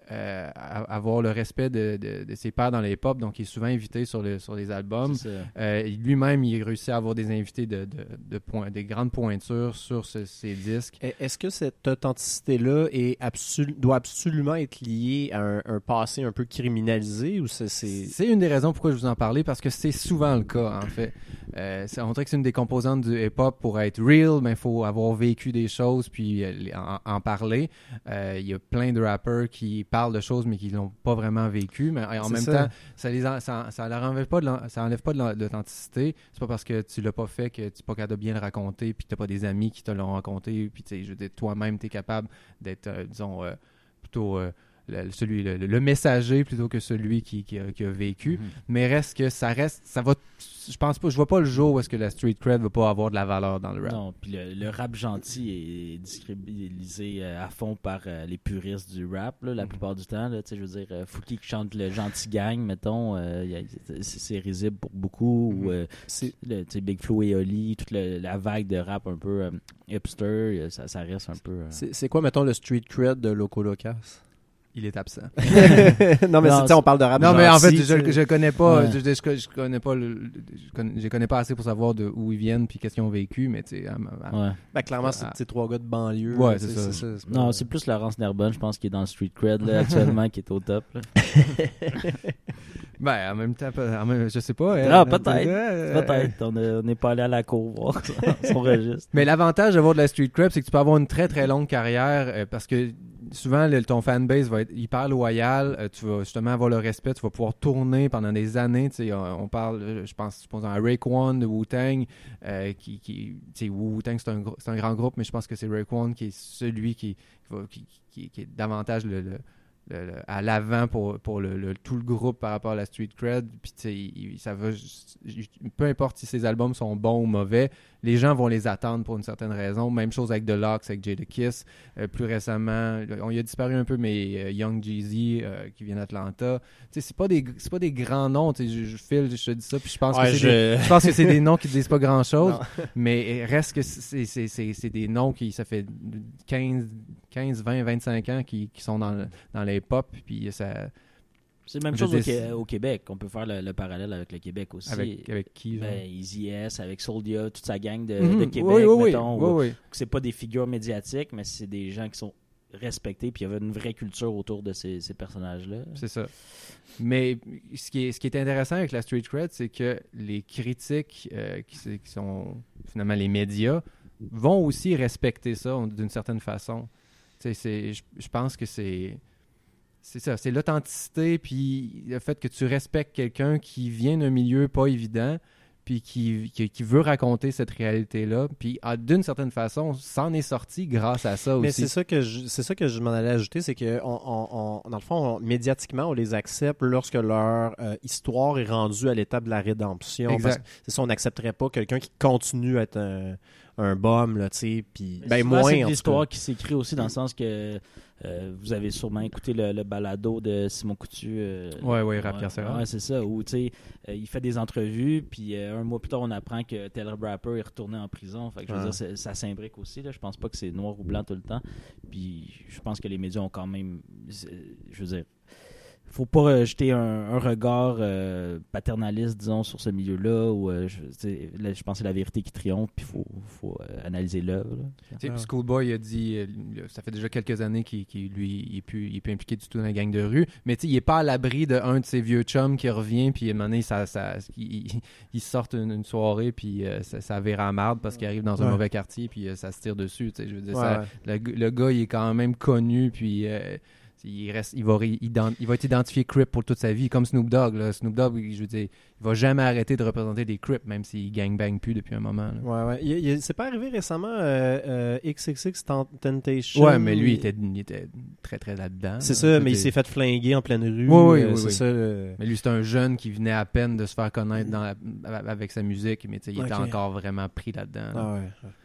euh, avoir le respect de, de, de ses pairs dans les hip-hop, donc il est souvent invité sur, le, sur les albums. Euh, lui-même, il réussit à avoir des invités de, de, de point, des grandes pointures sur ce, ses disques. Est-ce que cette authenticité-là est absolu, doit absolument être liée à un, un passé un peu criminalisé ou c'est, c'est... c'est une des raisons pourquoi je vous en parlais, parce que c'est souvent le cas, en fait. Euh, c'est, on dirait que c'est une des composantes du hip-hop. Pour être real, mais il faut avoir vécu des choses puis euh, en, en parler. Il euh, y a plein de rappeurs qui parlent de choses mais qui l'ont pas vraiment vécu, mais en c'est même ça. temps ça les en, ça, ça leur enlève pas de ça enlève pas de l'authenticité. C'est pas parce que tu l'as pas fait que tu n'es pas capable de bien le raconter puis que tu n'as pas des amis qui te l'ont raconté puis tu sais, je veux dire, toi-même tu es capable d'être euh, disons euh, plutôt euh, Le, celui, le, le messager plutôt que celui qui, qui, a, qui a vécu. Mm-hmm. Mais reste que ça reste, ça va, je pense pas, je vois pas le jour où est-ce que la street cred va pas avoir de la valeur dans le rap. Non, puis le, le rap gentil est discrédibilisé à fond par euh, les puristes du rap, là, la mm-hmm. plupart du temps. Là, je veux dire, euh, Fouki qui chante le gentil gang, mettons, euh, y a, c'est, c'est risible pour beaucoup. Mm-hmm. Ou euh, c'est, le, Big Flo et Oli, toute le, la vague de rap un peu euh, hipster, ça, ça reste un peu... Euh... C'est, c'est quoi, mettons, le street cred de Loco Locas? Il est absent. non, mais non, c'est, on parle de rap Non, gentil, mais en fait, je, je connais pas, ouais. je, je, je connais pas, le, je, connais, je connais pas assez pour savoir de où ils viennent puis qu'est-ce qu'ils ont vécu, mais tu sais, ouais. ben, clairement, c'est, c'est trois gars de banlieue. Ouais, là, c'est, c'est ça. C'est, c'est, c'est non, c'est plus Laurence Nerbonne, je pense, qui est dans le street cred là, actuellement, qui est au top. Là. Ben, en même temps, en même, je sais pas. Elle, ah, peut-être. Euh, peut-être. On n'est pas allé à la cour voir son registre. Mais l'avantage d'avoir de la street cred, c'est que tu peux avoir une très très longue carrière euh, parce que souvent, le, ton fanbase va être hyper loyal. Euh, tu vas justement avoir le respect. Tu vas pouvoir tourner pendant des années. On, on parle, je pense, je pense à Raekwon de Wu-Tang. Euh, qui, qui, Wu-Tang, c'est un, c'est un grand groupe, mais je pense que c'est Raekwon qui est celui qui, qui, qui, qui est davantage le... le Le, le, à l'avant pour, pour le, le, tout le groupe par rapport à la street cred. Puis tu sais, ça va, peu importe si ces albums sont bons ou mauvais, les gens vont les attendre pour une certaine raison. Même chose avec The Lox, avec Jadakiss. Euh, plus récemment, on y a disparu un peu, mais euh, Young Jeezy euh, qui vient d'Atlanta. Tu sais, c'est pas des c'est pas des grands noms. Tu sais, je, je file, je te dis ça, puis je pense ouais, que c'est je... Des, je pense que c'est des noms qui disent pas grand chose. Mais reste que c'est, c'est, c'est, c'est des noms qui ça fait quinze, vingt, vingt-cinq ans qui, qui sont dans, dans les pop, puis ça... C'est la même chose dis... au, au Québec. On peut faire le, le parallèle avec le Québec aussi. Avec, avec qui? Ben, Easy S, avec Soulja, toute sa gang de, mm-hmm. de Québec, oui, oui, mettons. Oui, où, oui. C'est pas des figures médiatiques, mais c'est des gens qui sont respectés, puis il y avait une vraie culture autour de ces, ces personnages-là. C'est ça. Mais ce qui est, ce qui est intéressant avec la street cred, c'est que les critiques, euh, qui, qui sont finalement les médias, vont aussi respecter ça d'une certaine façon. C'est, c'est, je, je pense que c'est, c'est ça, c'est l'authenticité, puis le fait que tu respectes quelqu'un qui vient d'un milieu pas évident, puis qui, qui, qui veut raconter cette réalité-là, puis ah, d'une certaine façon, s'en est sorti grâce à ça aussi. Mais c'est ça que je, c'est ça que je m'en allais ajouter, c'est que on, on, on, dans le fond, on, médiatiquement, on les accepte lorsque leur euh, histoire est rendue à l'étape de la rédemption. Exact. Parce que c'est ça, on n'accepterait pas quelqu'un qui continue à être un... un bum, là, tu sais, puis ben souvent, moins, c'est en l'histoire tout cas. qui s'écrit aussi dans le sens que euh, vous avez sûrement écouté le, le balado de Simon Coutu. Euh, ouais, ouais, Rap-Pierre Serra. Ouais, c'est ça, où, tu sais, euh, il fait des entrevues, puis euh, un mois plus tard, on apprend que tel rapper est retourné en prison. Fait que, je veux ah. dire, ça s'imbrique aussi, là. Je pense pas que c'est noir ou blanc tout le temps. Puis, je pense que les médias ont quand même, je veux dire, faut pas jeter un, un regard euh, paternaliste, disons, sur ce milieu-là, où euh, je, là, je pense que c'est la vérité qui triomphe, puis il faut, faut euh, analyser l'œuvre. Ah. Schoolboy a dit, euh, ça fait déjà quelques années qu'il, qu'il lui, il est plus, il est plus impliqué du tout dans la gang de rue, mais il n'est pas à l'abri d'un de ses vieux chums qui revient, puis à un moment donné, ça, ça, il, il sort une, une soirée, puis euh, ça, ça vire à marde parce qu'il arrive dans un ouais. mauvais quartier, puis euh, ça se tire dessus. Je veux dire, ouais, ça, ouais. Le, le gars, il est quand même connu, puis... Euh, Il, reste, il, va, il, il va être identifié Crip pour toute sa vie, comme Snoop Dogg. Là. Snoop Dogg, je veux dire, il va jamais arrêter de représenter des Crips, même s'il gangbang plus depuis un moment. Là. Ouais, ouais. Il, il, c'est pas arrivé récemment euh, euh, X X X Tentation. Ouais, mais lui, il était, il était très, très là-dedans. C'est là. ça, C'était... mais il s'est fait flinguer en pleine rue. Oui, oui, euh, oui. c'est oui. ça. Euh... Mais lui, c'est un jeune qui venait à peine de se faire connaître dans la, avec sa musique, mais il okay. était encore vraiment pris là-dedans. Là. Ah ouais. ouais.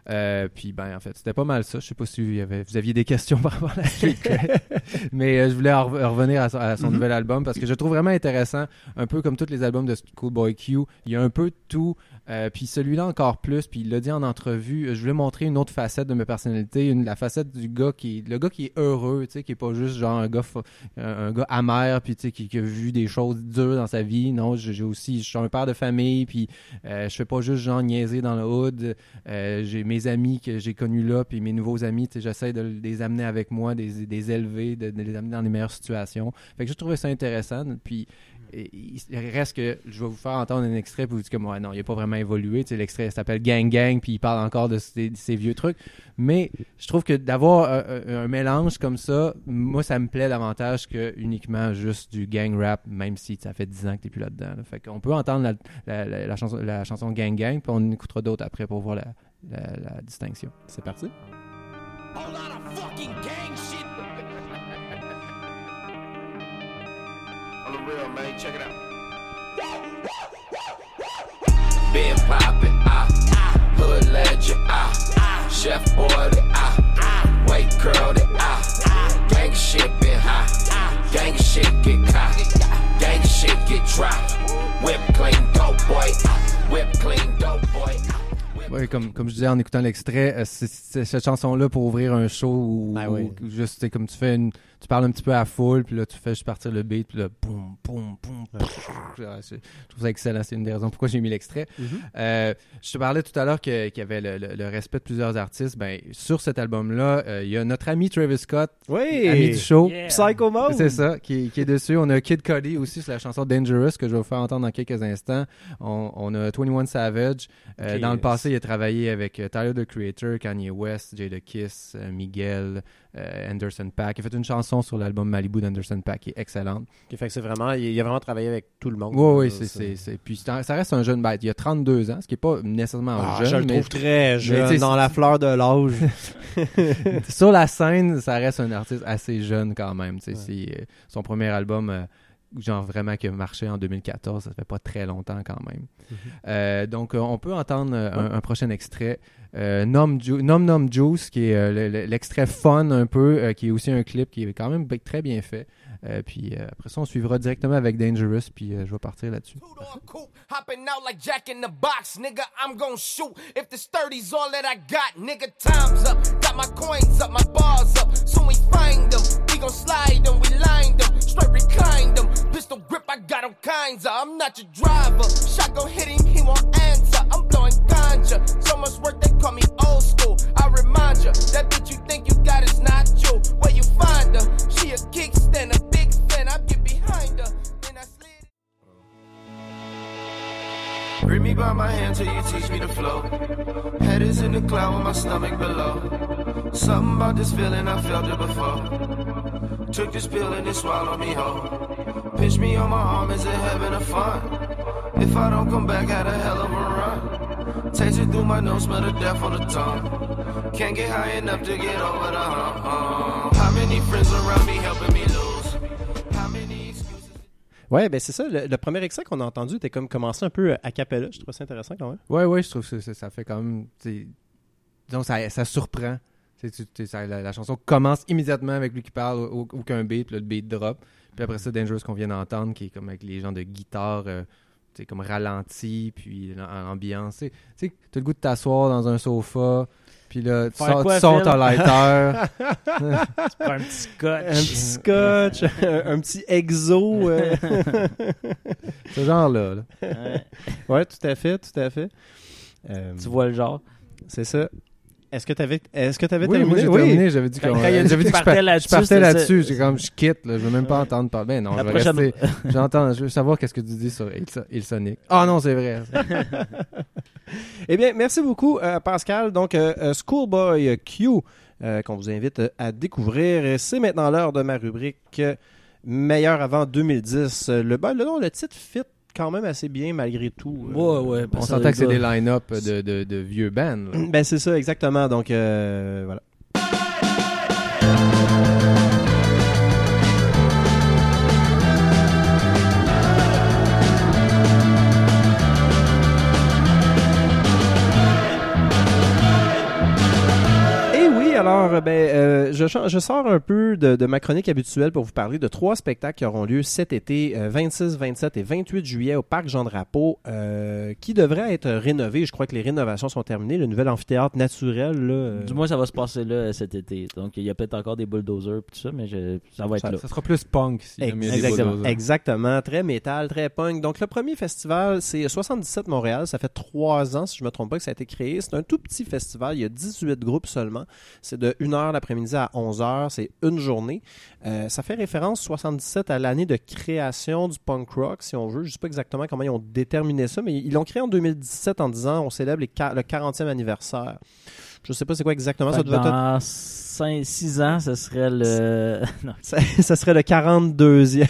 Euh, puis, ben, en fait, c'était pas mal ça. Je sais pas si y avait, vous aviez des questions par rapport à la Street Cred. Mais euh, je voulais en re- revenir à son, à son mm-hmm. nouvel album parce que je le trouve vraiment intéressant. Un peu comme tous les albums de Schoolboy Q. Il y a un peu de tout. Euh, puis celui-là encore plus. Puis il l'a dit en entrevue. Je voulais montrer une autre facette de ma personnalité. Une, la facette du gars qui est, le gars qui est heureux, tu sais, qui est pas juste genre un gars, un, un gars amer, puis tu sais, qui, qui a vu des choses dures dans sa vie. Non, j'ai, j'ai aussi, je suis un père de famille, puis euh, je fais pas juste genre niaiser dans le hood. Euh, j'ai mes amis que j'ai connus là, puis mes nouveaux amis, tu sais, j'essaie de, de les amener avec moi, de, de les élever, de, de les amener dans les meilleures situations. Fait que je trouvais ça intéressant. Puis et, il reste que je vais vous faire entendre un extrait pour vous dire que moi, non, il n'a pas vraiment évolué. Tu sais, l'extrait s'appelle Gang Gang, puis il parle encore de ces, de ces vieux trucs. Mais je trouve que d'avoir un, un mélange comme ça, moi, ça me plaît davantage que uniquement juste du gang rap, même si ça fait dix ans que tu n'es plus là-dedans. Là. Fait qu'on peut entendre la, la, la, la, chanson, la chanson Gang Gang, puis on écoutera d'autres après pour voir la, la, la distinction. C'est parti. Whole lot of fucking gang shit. On the real, man, check it out. Been poppin', ah, hood legend, ah, chef order, ah, white curl, ah, gang shit been high, gang shit get caught, gang shit get dropped, whip clean dope boy, whip clean dope boy. Oui, comme, comme je disais en écoutant l'extrait, euh, c'est, c'est cette chanson-là pour ouvrir un show où, ben oui. où juste, c'est comme tu fais une, tu parles un petit peu à la foule, puis là, tu fais juste partir le beat, puis là, boum, boum, boum, ouais. Je trouve ça excellent, c'est une des raisons pourquoi j'ai mis l'extrait. Mm-hmm. Euh, je te parlais tout à l'heure que, qu'il y avait le, le, le respect de plusieurs artistes. Ben, sur cet album-là, euh, il y a notre ami Travis Scott, oui. ami du show. Yeah. Psycho Mode. C'est ça, qui, qui est dessus. On a Kid Cudi aussi sur la chanson Dangerous, que je vais vous faire entendre dans quelques instants. On, on a vingt et un Savage. Euh, okay, dans le passé, il a travaillé avec euh, Tyler, the Creator, Kanye West, Jadakiss, euh, Miguel, euh, Anderson .Paak. Il a fait une chanson sur l'album Malibu d'Anderson .Paak qui est excellente. Okay, fait que c'est vraiment, il a vraiment travaillé avec tout le monde. Oui, oui, c'est, c'est, c'est. Puis ça reste un jeune bête. Il a trente-deux ans, ce qui n'est pas nécessairement ah, jeune. Je le mais, trouve très jeune, dans la fleur de l'âge. Sur la scène, ça reste un artiste assez jeune quand même. Ouais. C'est, euh, son premier album... Euh, genre vraiment qui a marché en deux mille quatorze, ça fait pas très longtemps quand même. Mm-hmm. Euh, donc euh, on peut entendre euh, un, un prochain extrait, euh, Nom Ju- Nom Nom Juice, qui est euh, le, le, l'extrait fun un peu, euh, qui est aussi un clip qui est quand même b- très bien fait. Euh, puis euh, après ça, on suivra directement avec Dangerous, puis euh, je vais partir là-dessus. Hopping out like Jack in the Box, nigga, I'm gon' shoot. If this thirty's all that I got, nigga, time's up. Got my coins up, my bars up. Soon we find them, we gon' slide them, we line them, straight recline them. Pistol grip, I got all kinds of. I'm not your driver. Shotgun hit him, he won't answer. I'm blowing ganja. So much work, they call me old school. I remind ya, that bitch you think you got is not you. Where you find her? She a kickstand, a big fan. I get behind her. Then I slid. Grip me by my hand till you teach me to flow. Head is in the cloud with my stomach below. Something about this feeling, I felt it before. Took this pill and it swallowed me whole. Pinch me on my arm, is it heaven or fun? If I don't come back, had a hell of a run. Taste it through my nose, smell the death on the tongue. Can't get high enough to get over the hump. Uh, how many friends around me helping me lose? How many excuses? Ouais, ben c'est ça. Le, le premier extrait qu'on a entendu était comme commencé un peu a cappella. Je trouve ça intéressant quand même. Ouais, ouais, je trouve que ça, ça fait quand même. Disons, ça, ça surprend. Tu, tu, ça, la, la chanson commence immédiatement avec lui qui parle, au, aucun beat, puis là, le beat drop. Puis après ça, Dangerous qu'on vient d'entendre, qui est comme avec les gens de guitare, euh, tu sais, comme ralenti, puis l'ambiance. Tu sais, t'as le goût de t'asseoir dans un sofa, puis là, tu sors, tu sors ton lighter. Tu prends un petit scotch. Un petit scotch, un, un petit exo. Euh. Ce genre-là. Là. Ouais. Ouais, tout à fait, tout à fait. Euh, tu vois le genre. C'est ça. Est-ce que tu avais est-ce que tu avais oui, terminé? Moi, j'ai oui, terminé, j'avais dit, qu'on, quand il a dit j'avais dit que je partais là-dessus. Je partais là-dessus, ça. j'ai comme je quitte, là, je veux même pas entendre parler. Ben non, La je vais prochaine... rester. J'entends, je veux savoir qu'est-ce que tu dis sur Il Sonic. Ah non, c'est vrai. Eh bien, merci beaucoup, euh, Pascal. Donc, euh, Schoolboy Q, euh, qu'on vous invite à découvrir. C'est maintenant l'heure de ma rubrique euh, Meilleur avant deux mille dix. Le, ben, le, non, le titre fit quand même assez bien malgré tout. Ouais, ouais. On s'entend que c'est des line-up de, de, de vieux bands. Là. Ben, c'est ça, exactement. Donc, euh, voilà. alors, ben, euh, je, ch- je sors un peu de, de ma chronique habituelle pour vous parler de trois spectacles qui auront lieu cet été, euh, vingt-six, vingt-sept et vingt-huit juillet au Parc Jean-Drapeau, euh, qui devraient être rénovés. Je crois que les rénovations sont terminées. Le nouvel amphithéâtre naturel, là, euh, Du moins, ça va se passer là cet été. Donc, il y a peut-être encore des bulldozers et tout ça, mais je- ça va être Ça- là. Ça sera plus punk si jamais il y a des Exactement. bulldozers. Exactement, très métal, très punk. Donc le premier festival, c'est soixante-dix-sept Montréal. Ça fait trois ans, si je ne me trompe pas, que ça a été créé. C'est un tout petit festival. Il y a dix-huit groupes seulement. C'est de une heure l'après-midi à onze heures. C'est une journée. Euh, ça fait référence soixante-dix-sept à l'année de création du punk rock, si on veut. Je ne sais pas exactement comment ils ont déterminé ça, mais ils l'ont créé en deux mille dix-sept en disant on célèbre les qua- le quarantième anniversaire. Je ne sais pas c'est quoi exactement. Fait Ça que devait être... dans cinq six ans, ce serait le... non. ça, ça serait le quarante-deuxième.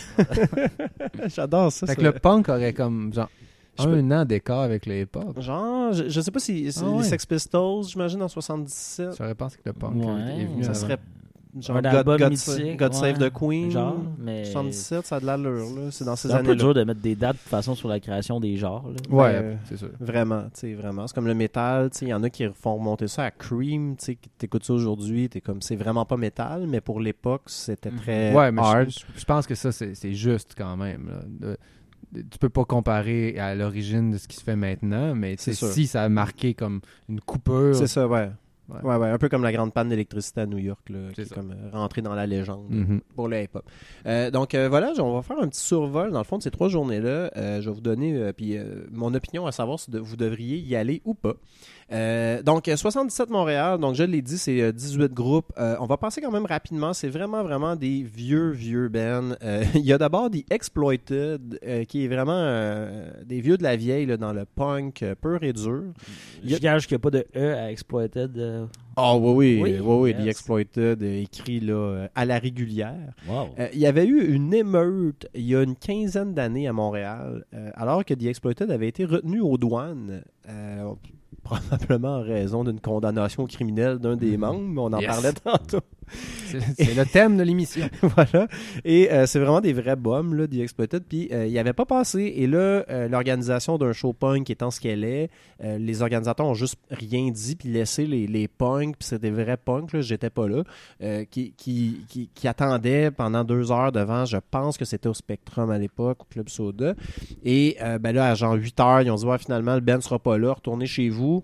J'adore ça. Fait ça. que le punk aurait comme genre Je un an d'écart avec le hip-hop. Genre, je, je sais pas si c'est Ah ouais. les Sex Pistols, j'imagine, en soixante-dix-sept. J'aurais pensé que le punk Ouais, est venu Ça avant. serait genre Un God, album God, mythique, God Save ouais. the Queen. Genre, mais- soixante-dix-sept, ça a de l'allure, là. C'est dans ces C'est un peu années-là. dur de mettre des dates de toute façon sur la création des genres. là. Ouais, Euh, c'est sûr. Vraiment, tu sais, vraiment. C'est comme le métal, tu sais, il y en a qui font remonter ça à Cream, tu sais, que t'écoutes ça aujourd'hui, t'es comme, c'est vraiment pas métal, mais pour l'époque, c'était très Ouais, mais hard. je, je- je pense que ça, c'est c'est juste quand même. Là. De- de- tu peux pas comparer à l'origine de ce qui se fait maintenant, mais tu sais, C'est sûr. si ça a marqué comme une coupure. C'est ça, ouais. Ouais. Ouais, ouais, un peu comme la grande panne d'électricité à New York, là, qui C'est est ça. comme euh, rentrée dans la légende. Mhm. Pour le hip-hop. Euh, donc euh, voilà, on va faire un petit survol dans le fond de ces trois journées-là. Euh, je vais vous donner euh, puis, euh, mon opinion à savoir si de- vous devriez y aller ou pas. Euh, donc euh, soixante-dix-sept Montréal, donc je l'ai dit, c'est euh, dix-huit groupes. Euh, on va passer quand même rapidement. C'est vraiment, vraiment des vieux, vieux bands. Euh, Il y a d'abord The Exploited, euh, qui est vraiment euh, des vieux de la vieille là, dans le punk euh, pur et dur. Il y a- Je gage qu'il n'y a pas de E à Exploited. euh, Oh oui, oui, Oui, oui, oui, The yes. Exploited, euh, écrit là, euh, à la régulière. Wow. Euh, il y avait eu une émeute il y a une quinzaine d'années à Montréal, euh, alors que The Exploited avait été retenu aux douanes, euh, probablement en raison d'une condamnation criminelle d'un des membres, mais on en Yes. parlait tantôt. C'est c'est le thème de l'émission. Voilà. Et euh, c'est vraiment des vrais bombes, là, The Exploited. Puis euh, il n'y avait pas passé. Et là, euh, l'organisation d'un show punk étant ce qu'elle est, euh, les organisateurs ont juste rien dit, puis laissé les, les punks, puis c'était des vrais punks, là, j'étais pas là, euh, qui, qui, qui, qui attendaient pendant deux heures devant, je pense que c'était au Spectrum à l'époque, au Club Soda. Et euh, ben là, à genre huit heures, ils ont dit, ouais, finalement, le band sera pas là, retournez chez vous.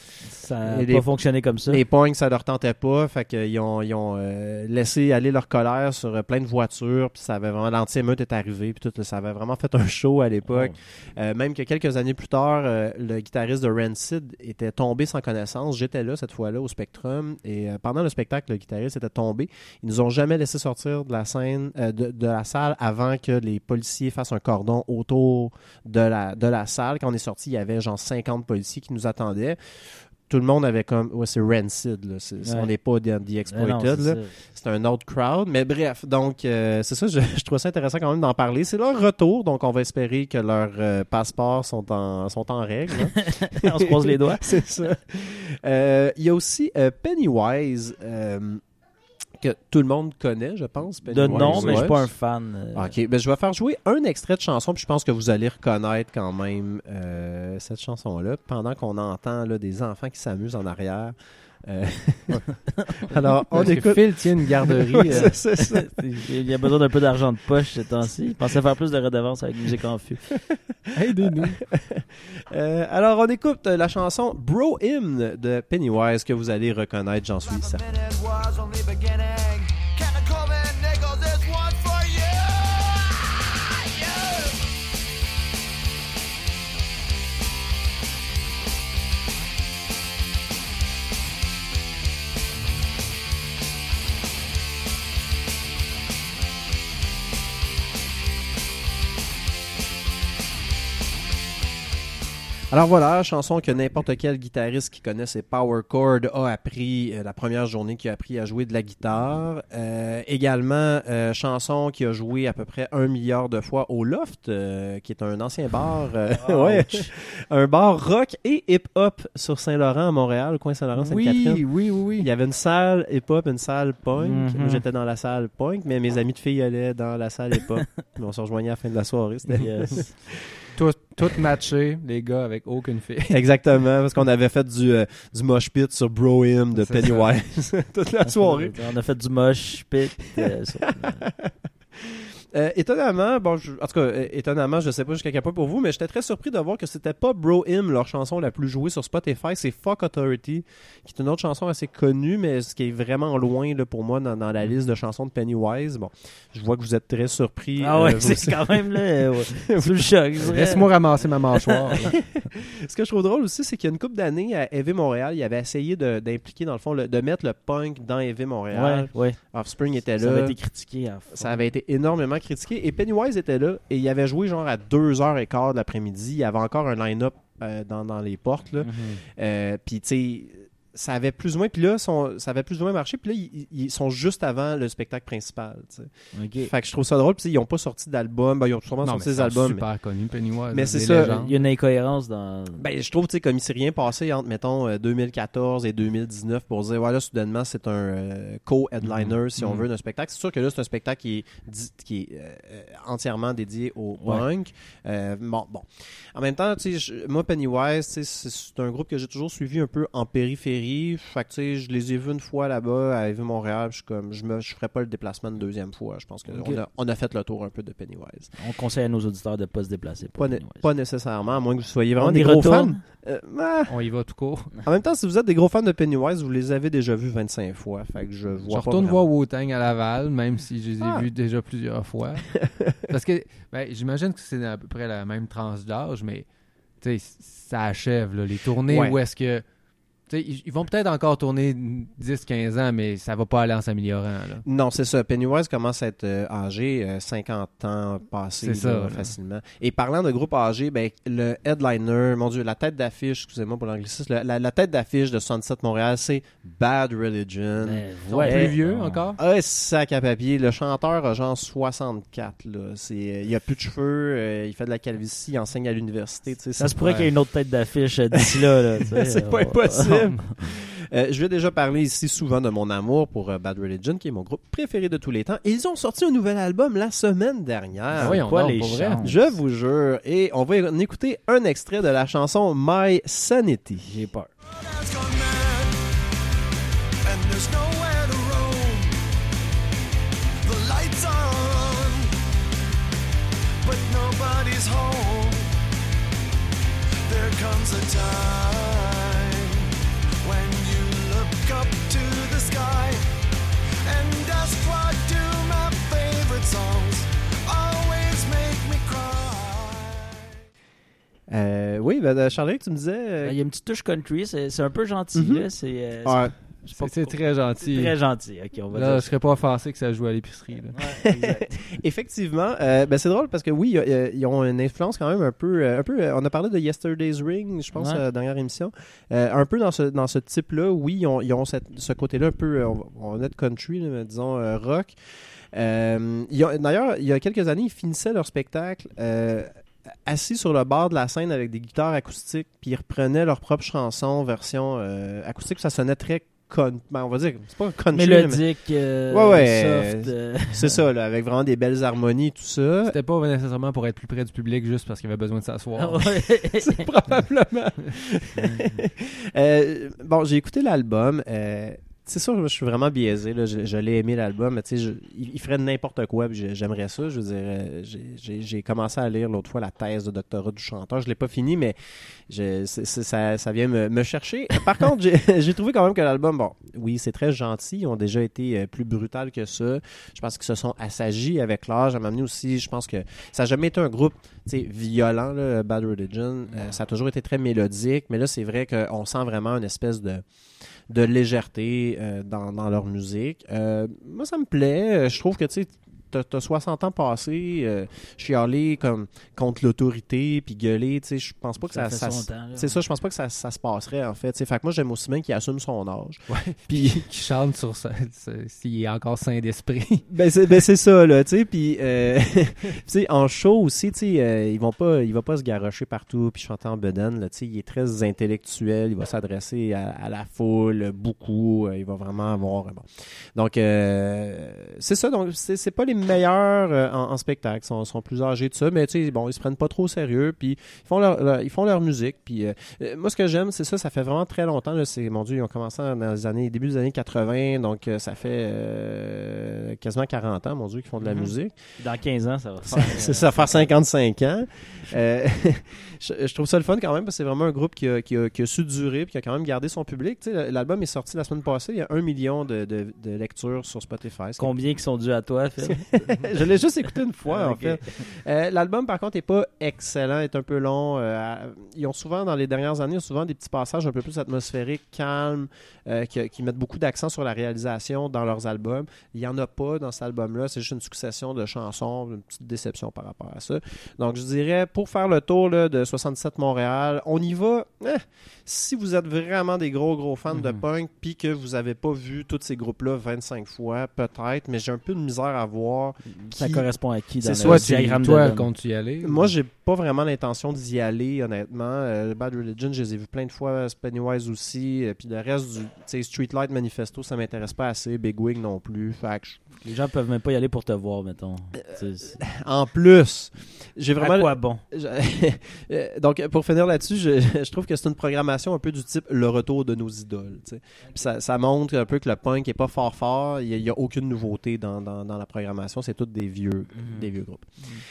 Ça n'a Et pas les- fonctionné comme ça. Les punks, ça leur tentait pas, fait qu'ils ont, ils ont euh, laissé aller leur colère sur euh, plein de voitures, puis ça avait vraiment, l'anti-émeute est arrivé, puis tout, ça avait vraiment fait un show à l'époque. Euh, même que quelques années plus tard, euh, le guitariste de Rancid était tombé sans connaissance. J'étais là cette fois-là au Spectrum, et euh, pendant le spectacle, le guitariste était tombé. Ils nous ont jamais laissé sortir de la scène, euh, de, de la salle avant que les policiers fassent un cordon autour de la, de la salle. Quand on est sorti, il y avait genre cinquante policiers qui nous attendaient. Tout le monde avait comme... Ouais, c'est Rancid, là. C'est, Ouais. On n'est pas dans The Ah Exploited, non, c'est là. ça. C'est un autre crowd. Mais bref, donc, euh, c'est ça, je, je trouve ça intéressant quand même d'en parler. C'est leur retour, donc on va espérer que leurs euh, passeports sont en, sont en règle. hein. On se croise les doigts. C'est ça. Euh, Il y a aussi euh, Pennywise, euh, que tout le monde connaît, je pense. De Pennywise. nom, mais je suis Ouais. pas un fan. euh, Ok, ben je vais faire jouer un extrait de chanson, puis je pense que vous allez reconnaître quand même euh, cette chanson-là, pendant qu'on entend là, des enfants qui s'amusent en arrière. Euh, Alors, on Parce que écoute... Phil tient une garderie. Ouais, euh, c'est- c'est ça. Il y a besoin d'un peu d'argent de poche ces temps-ci. Il pensait faire plus de redevances avec Musique en Fût. Aidez-nous. Euh, alors, on écoute euh, la chanson Bro Hymn de Pennywise, que vous allez reconnaître, j'en suis certain. Minute was only beginning. Can I come in, nigga? This one's for you. Yeah. Alors voilà, chanson que n'importe quel guitariste qui connaît ses power chords a appris euh, la première journée qu'il a appris à jouer de la guitare. Euh, également, euh, chanson qui a joué à peu près un milliard de fois au Loft, euh, qui est un ancien bar, euh, ouais, un bar rock et hip-hop sur Saint-Laurent à Montréal, coin Saint-Laurent, Sainte-Catherine. Oui, oui, oui, Il y oui. avait une salle hip-hop, une salle punk. Mhm. Moi, j'étais dans la salle punk, mais mes amis de filles allaient dans la salle hip-hop. Puis on se rejoignait à la fin de la soirée. C'était Yes. tout, tout matché, les gars, avec aucune fille. Exactement, parce qu'on avait fait du, euh, du mosh pit sur Bro Him de C'est Pennywise toute la soirée. On a fait du moche pit. euh, sur- Euh, étonnamment, bon, je- en tout cas, euh, étonnamment, je sais pas jusqu'à quel point pour vous, mais j'étais très surpris de voir que c'était pas Bro Him, leur chanson la plus jouée sur Spotify, c'est Fuck Authority, qui est une autre chanson assez connue, mais ce qui est vraiment loin là, pour moi dans, dans la liste de chansons de Pennywise. Bon, je vois que vous êtes très surpris. Ah ouais, euh, vous c'est aussi. quand même là. euh, ouais. Sous le choc. je dirais. Laisse-moi ramasser ma mâchoire. là. Ce que je trouve drôle aussi, c'est qu'il y a une couple d'années à Heavy Montréal, il avait essayé de- d'impliquer, dans le fond, le- de mettre le punk dans Heavy Montréal. Ouais, ouais. Offspring était Ça là. avait été critiqué. à fond. Ça avait été énormément critiqué. Et Pennywise était là et il avait joué genre à deux heures quinze de l'après-midi. Il y avait encore un line-up euh, dans, dans les portes. Là. Mhm. Euh, Puis tu sais, ça avait plus ou moins. Puis là, son- ça avait plus ou moins marché. Puis là, ils, ils sont juste avant le spectacle principal. tu sais. Ok. Fait que je trouve ça drôle. Puis ils n'ont pas sorti d'album. Ben, ils ont sûrement Non, mais sorti des c'est albums. mais- super connu, Pennywise. Mais là, c'est des ça. légendes. Il y a une incohérence dans. Ben, je trouve, tu sais, comme il s'est rien passé entre, mettons, euh, deux mille quatorze et deux mille dix-neuf pour dire, voilà, soudainement, c'est un euh, co-headliner, Mhm. si on Mhm. veut, d'un spectacle. C'est sûr que là, c'est un spectacle qui est, dit- qui est euh, euh, entièrement dédié au Ouais. punk. Euh, bon, bon. En même temps, tu sais, je- moi, Pennywise, tu sais, c'est c'est un groupe que j'ai toujours suivi un peu en périphérie. Fait que, tu sais, je les ai vus une fois là-bas, à Heavy Montréal. Je suis comme, je me, je ferais pas le déplacement une deuxième fois. Je pense qu'on Ok. a, on a fait le tour un peu de Pennywise. On conseille à nos auditeurs de ne pas se déplacer. pour Pas, ne- Pennywise. pas nécessairement, à moins que vous soyez vraiment On des y gros retourne. fans. Euh, ah, On y va tout court. En même temps, si vous êtes des gros fans de Pennywise, vous les avez déjà vus vingt-cinq fois. Fait que je vois Je pas retourne vraiment. voir Wu-Tang à Laval, même si je les ai Ah. vus déjà plusieurs fois. Parce que, ben, j'imagine que c'est à peu près la même tranche d'âge, mais tu sais, ça achève, là, les tournées Ouais. où est-ce que. Tu sais, ils ils vont peut-être encore tourner dix quinze ans, mais ça va pas aller en s'améliorant. Là. Non, c'est ça. Pennywise commence à être euh, âgé, euh, cinquante ans passés C'est là, ça, là. facilement. Et parlant de groupe âgé, ben, le headliner, mon Dieu, la tête d'affiche, excusez-moi pour l'anglicisme, la, la- la tête d'affiche de Sunset Montréal, c'est Bad Religion. Mais Ils sont ouais, plus Eh, vieux non. encore. Ah, sac à papier. Le chanteur a genre soixante-quatre. Là. C'est, euh, il a plus de cheveux, euh, il fait de la calvitie, il enseigne à l'université. tu sais, Ça c'est se pourrait pas- qu'il y ait une autre tête d'affiche euh, d'ici là. là, tu sais. C'est pas On- impossible. Euh, je vais déjà parler ici souvent de mon amour pour euh, Bad Religion, qui est mon groupe préféré de tous les temps. Et ils ont sorti un nouvel album la semaine dernière. Ah, voyons quoi donc, les pour vrai. chances? Je vous jure. Et on va en écouter un extrait de la chanson My Sanity. J'ai peur. Man's gone mad, and there's nowhere to roam. The lights are on, but nobody's home. There comes a time when you look up to the sky and ask, what do my favorite songs always make me cry? Euh, oui, ben, Charles, tu me disais... euh, Il y a une petite touche country, c'est c'est un peu gentil. Mhm. là, c'est euh, ah, je sais pas C'est c'est pourquoi. très C'est gentil. très gentil. Ok, on va Là, dire je ça. serais pas offensé que ça joue à l'épicerie. là. Ouais, exact. effectivement, euh, ben, c'est drôle parce que oui, il y a- ils ont une influence quand même un peu... euh, un peu euh, on a parlé de Yesterday's Ring, je pense, Ouais. euh, dernière émission. Euh, un peu dans ce, dans ce type-là, oui, ils ont, ils ont cette- ce côté-là un peu, euh, on va- on va être country, là, mais disons euh, rock. Euh, ils ont- D'ailleurs, il y a quelques années, ils finissaient leur spectacle euh, assis sur le bord de la scène avec des guitares acoustiques, puis ils reprenaient leurs propres chansons, version euh, acoustique, ça sonnait très... Con... ben, on va dire, c'est pas country, là, mais Mélodique, euh, Ouais, ouais, soft. euh, c'est ça, là, avec vraiment des belles harmonies, tout ça. C'était pas nécessairement pour être plus près du public juste parce qu'il avait besoin de s'asseoir. ouais. C'est probablement. Euh, bon, j'ai écouté l'album. Euh, c'est sûr, je suis vraiment biaisé. Là. Je, je l'ai aimé l'album, mais tu sais, je- il, il ferait n'importe quoi. Puis j'ai- j'aimerais ça. Je veux dire, euh, j'ai- j'ai j'ai commencé à lire l'autre fois la thèse de doctorat du chanteur. Je l'ai pas fini, mais je, c'est- c'est- ça, ça vient me, me chercher. Par contre, j'ai j'ai trouvé quand même que l'album, bon, oui, c'est très gentil. Ils ont déjà été euh, plus brutal que ça. Je pense qu'ils se sont assagis avec l'âge. À m'amener aussi, je pense que ça n'a jamais été un groupe, tu sais, violent, là, Bad Religion. Euh, ça a toujours été très mélodique, mais là, c'est vrai qu'on sent vraiment une espèce de de légèreté euh, dans, dans leur musique. Euh, moi, ça me plaît. Euh, Je trouve que, tu sais, t'as, t'as soixante ans passés, euh, chialer comme contre l'autorité, puis gueuler, tu sais, je pense pas que ça... fait ça- son temps, là. c'est ça, je pense pas que ça, ça se passerait, en fait. Tu sais, fait que moi, j'aime aussi bien qu'il assume son âge. Ouais. Puis... Qui chante sur ça, s'il est encore sain d'esprit. Ben c'est, ben c'est ça, là, tu sais, puis euh, tu sais, en show aussi, tu sais, euh, ils vont pas, il va pas se garrocher partout puis chanter en bedaine, là, tu sais, il est très intellectuel, il va s'adresser à, à la foule beaucoup, euh, il va vraiment avoir, euh, bon. Donc, euh, c'est ça, donc c'est, c'est pas les meilleurs euh, en, en spectacle, ils sont, sont plus âgés de ça, mais tu sais, bon, ils se prennent pas trop au sérieux, puis ils font leur, leur- ils font leur musique, puis euh, euh, moi, ce que j'aime, c'est ça, ça fait vraiment très longtemps, là, c'est, mon Dieu, ils ont commencé dans les années, début des années quatre-vingts, donc euh, ça fait euh, quasiment quarante ans, mon Dieu, qu'ils font de la Mhm. musique. Dans quinze ans, ça va faire. C'est ça, faire cinquante-cinq ans. Euh, je, je trouve ça le fun quand même parce que c'est vraiment un groupe qui a, qui a, qui a su durer et qui a quand même gardé son public. Tu sais, l'album est sorti la semaine passée. Il y a un million de, de, de lectures sur Spotify. C'est- Combien qui sont dus à toi, Phil? je l'ai juste écouté une fois, en Ok. fait. Euh, l'album, par contre, n'est pas excellent, est un peu long. Euh, ils ont souvent, dans les dernières années, souvent des petits passages un peu plus atmosphériques, calmes, euh, qui, qui mettent beaucoup d'accent sur la réalisation dans leurs albums. Il n'y en a pas dans cet album-là. C'est juste une succession de chansons, une petite déception par rapport à ça. Donc, je dirais, pour faire le tour là, de soixante-sept Montréal, on y va. Eh, si vous êtes vraiment des gros, gros fans de Mhm. punk, puis que vous n'avez pas vu tous ces groupes-là vingt-cinq fois, peut-être, mais j'ai un peu de misère à voir. Ça qui- correspond à qui dans C'est le ça, Toi, tu, diagramme de toi Venn? comptes-tu y aller? Moi, j'ai pas vraiment l'intention d'y aller, honnêtement. Euh, Bad Religion, je les ai vus plein de fois, Pennywise aussi, euh, puis le reste du, tu sais, Streetlight Manifesto, ça m'intéresse pas assez, Big Wig non plus. Fait que je- Les gens peuvent même pas y aller pour te voir, mettons. C'est- c'est- en plus, j'ai vraiment À quoi bon? Je- Euh, Donc, pour finir là-dessus, je, je trouve que c'est une programmation un peu du type le retour de nos idoles. tu sais. Puis ça, ça montre un peu que le punk est pas fort fort. Il n'y a, a aucune nouveauté dans, dans, dans la programmation. C'est tous des vieux, Mhm. des vieux groupes.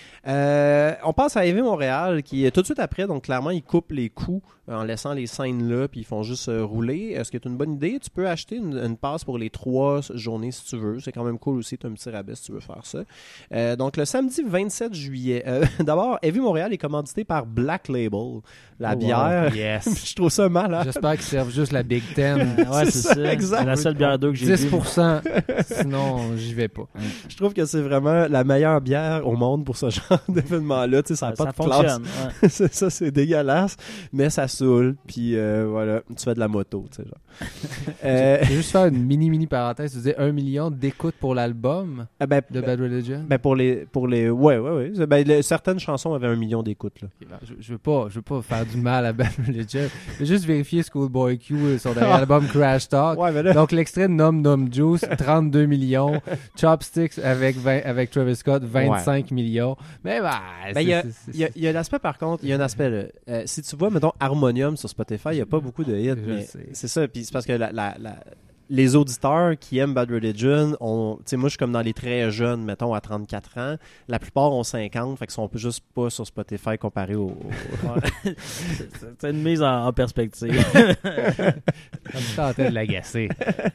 Euh, on passe à Heavy Montréal, qui est tout de suite après. Donc, clairement, ils coupent les coups euh, en laissant les scènes là, puis ils font juste euh, rouler. Est-ce que c'est une bonne idée? Tu peux acheter une, une passe pour les trois journées si tu veux. C'est quand même cool aussi. Tu as un petit rabais si tu veux faire ça. Euh, donc, le samedi vingt-sept juillet. euh, D'abord, Heavy Montréal est commandité par Black Label, la Oh, wow. bière. Yes. Je trouve ça malade. J'espère qu'ils servent juste la Big Ten. Ouais, c'est C'est ça, ça. exact. C'est la seule bière d'eau que j'ai dix vue. pour cent. Sinon, j'y vais pas. Je trouve que c'est vraiment la meilleure bière au monde pour ce genre d'événement-là. Tu sais, ça n'a Ça pas de classe. fonctionne. ouais. c'est ça, c'est dégueulasse, mais ça saoule, puis euh, voilà, tu fais de la moto, tu sais, genre. Euh, Je vais juste faire une mini mini parenthèse. Tu disais un million d'écoutes pour l'album ah ben, de Bad Religion. ben, pour les, pour les, ouais, ouais, ouais. Ben, les- certaines chansons avaient un million d'écoutes, là. Je, je veux pas, je veux pas faire du mal à Bad Religion. Je vais juste vérifier Schoolboy Q euh, sur dernier album Crash Talk. Ouais, mais là, Donc l'extrait de Nom Nom Juice, trente-deux millions. Chopsticks avec vingt avec Travis Scott, vingt-cinq millions. Mais bah, ben, il y a, il y a, il y a l'aspect, par contre, il y a un aspect, là. Euh, si tu vois, mettons, Harmonium sur Spotify, il n'y a pas beaucoup de hits, Je mais le sais. c'est ça, puis c'est parce que la, la, la- les auditeurs qui aiment Bad Religion, ont, tu sais, moi, je suis comme dans les très jeunes, mettons, à trente-quatre ans. La plupart ont cinquante, fait qu'ils sont juste pas sur Spotify comparé au... au- C'est- C'est une mise en, en perspective. Comme tu tentais de l'agacer.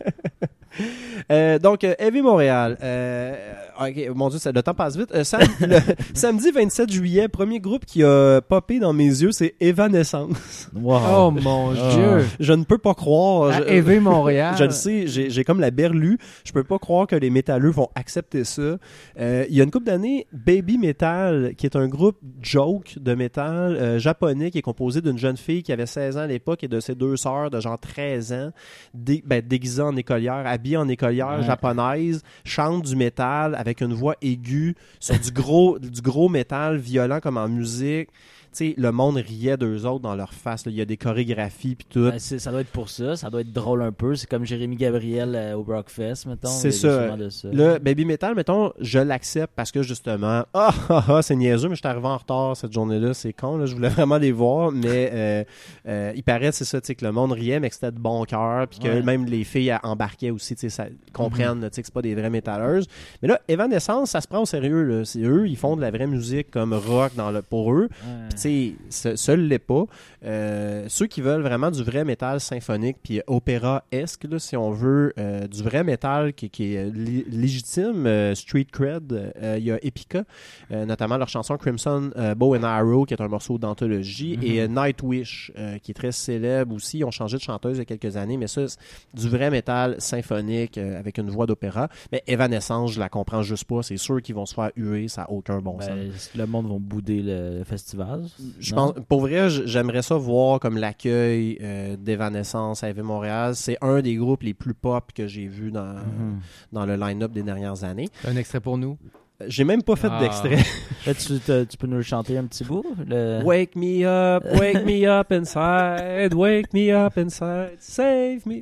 Euh, donc, euh, Heavy Montréal. Euh, ok, mon Dieu, ça, le temps passe vite. Euh, sam- le, samedi vingt-sept juillet, premier groupe qui a popé dans mes yeux, c'est Evanescence. Wow. Oh mon Dieu. Je ne peux pas croire. À Je, Heavy Montréal. je le sais, j'ai j'ai comme la berlue. Je peux pas croire que les métalleux vont accepter ça. Euh, il y a une couple d'années, Baby Metal, qui est un groupe joke de métal euh, japonais qui est composé d'une jeune fille qui avait seize ans à l'époque et de ses deux sœurs de genre treize ans, dé, ben, déguisées en écolière, habillées en écolière Ouais. japonaise, chante du métal avec une voix aiguë sur du gros, du gros métal violent comme en musique. Tu sais, le monde riait d'eux autres dans leur face. là. Il y a des chorégraphies puis tout. Ben, c'est- ça doit être pour ça. Ça doit être drôle un peu. C'est comme Jérémy Gabriel euh, au Rockfest, mettons. C'est Il y a ça. sûrement de ça. Le Baby Metal, mettons, je l'accepte parce que justement, ah, ah, ah, c'est niaiseux, mais je suis arrivé en retard cette journée-là, c'est con, là, je voulais vraiment les voir, mais euh, euh, il paraît, c'est ça, tu sais, que le monde riait, mais que c'était de bon cœur, puis que Ouais. même les filles euh, embarquaient aussi, tu sais, ça- comprennent, là, tu sais, que c'est pas des vraies métalleuses. Mais là, Evanescence, ça se prend au sérieux, là. C'est eux, ils font de la vraie musique comme rock dans le, pour eux. Ouais. Puis, tu sais, ce- seul l'est pas. Euh, ceux qui veulent vraiment du vrai métal symphonique, puis opéra-esque, là, si on veut, euh, du vrai métal qui, qui est li- légitime, euh, Street Cred, euh, il y a Epica, euh, notamment leur chanson Crimson euh, Bow and Arrow, qui est un morceau d'anthologie, Mhm. et euh, Nightwish, euh, qui est très célèbre aussi. Ils ont changé de chanteuse il y a quelques années, mais ça, c'est du vrai métal symphonique euh, avec une voix d'opéra. Mais Evanescence, je la comprends juste pas. C'est sûr qu'ils vont se faire huer, ça n'a aucun bon sens. Ben, est-ce que le monde va bouder le, le festival? Je Non? pense, pour vrai, j- j'aimerais ça voir comme l'accueil euh, d'Evanescence à Heavy Montréal. C'est un des groupes les plus pop que j'ai vu dans, Mhm. dans le line-up des dernières années. Un extrait pour nous. Euh, J'ai même pas fait Ah. d'extrait. Là, tu, te- tu peux nous le chanter un petit bout? Le... Wake me up, wake me up inside, wake me up inside, save me. En tout cas.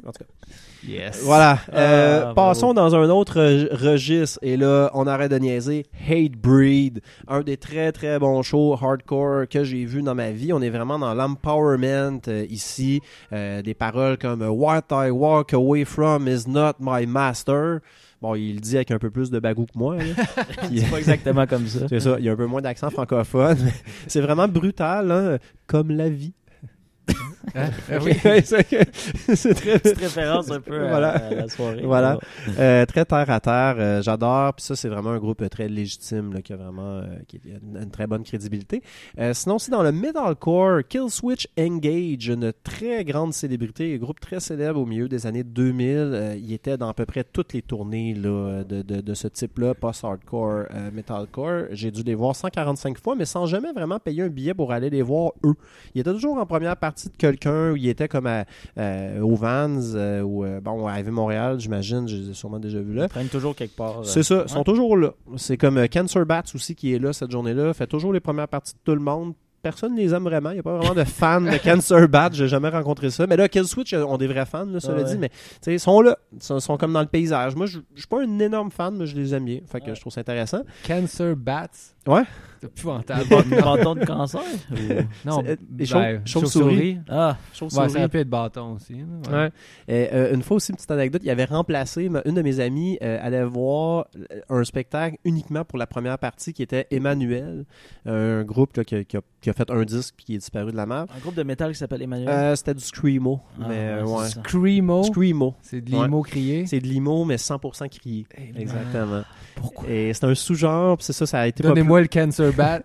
Yes. Voilà. Euh, Ah, passons dans un autre euh, registre. Et là, on arrête de niaiser. Hatebreed. Un des très, très bons shows hardcore que j'ai vu dans ma vie. On est vraiment dans l'empowerment euh, ici. Euh, des paroles comme « What I walk away from is not my master ». Bon, il le dit avec un peu plus de bagou que moi. Là. Puis, C'est pas exactement comme ça. c'est ça. Il y a un peu moins d'accent francophone. C'est vraiment brutal, hein? Comme la vie. Hein? Ah oui. c'est c'est très... Petite référence un peu à, Voilà. à la soirée. Voilà. Euh, très terre à terre, euh, j'adore. Puis ça, c'est vraiment un groupe euh, très légitime là, qui a vraiment euh, qui a une, une très bonne crédibilité. Euh, sinon, aussi dans le metalcore, Killswitch Engage, une très grande célébrité, un groupe très célèbre au milieu des années deux mille. Euh, il était dans à peu près toutes les tournées là, de, de, de ce type-là, post-hardcore, euh, metalcore. J'ai dû les voir cent quarante-cinq fois, mais sans jamais vraiment payer un billet pour aller les voir eux. Il était toujours en première partie de quelqu'un où il était comme à, euh, au Vans euh, ou euh, bon, à A V Montréal, j'imagine, je les ai sûrement déjà vus là. Ils traînent toujours quelque part. C'est euh, ça, ils ouais. sont toujours là. C'est comme euh, Cancer Bats aussi qui est là cette journée-là, fait toujours les premières parties de tout le monde. Personne ne les aime vraiment, il n'y a pas vraiment de fans de Cancer Bats, j'ai jamais rencontré ça. Mais là, Killswitch ont des vrais fans, là, cela Ah ouais. dit, mais ils sont là, ils sont, sont comme dans le paysage. Moi, je je suis pas un énorme fan, mais je les aime bien, fait que Ouais. je trouve ça intéressant. Cancer Bats. Ouais. C'est épouvantable. Des bâtons de cancer? Ou- Non, C'est- ben, chauve- chauve-souris. chauve-souris. Ah, Ouais, ça peut être bâton aussi. là, ouais. Ouais. Et, euh, une fois aussi, une petite anecdote, il avait remplacé, ma- une de mes amies euh, allait voir un spectacle uniquement pour la première partie qui était Emmanuel, un groupe là, qui, a, qui a- qui a fait un disque puis qui est disparu de la map. un groupe de métal qui s'appelle Emmanuel. Euh, c'était du Screamo. Ah, mais euh, ouais, ouais. c'est ça. Screamo. Screamo. C'est de l'imo crié. C'est de l'imo, mais cent pour cent crié. Eh, Exactement. Pourquoi? Et c'est un sous-genre, puis c'est ça, ça a été Donnez-moi le Cancer Bat.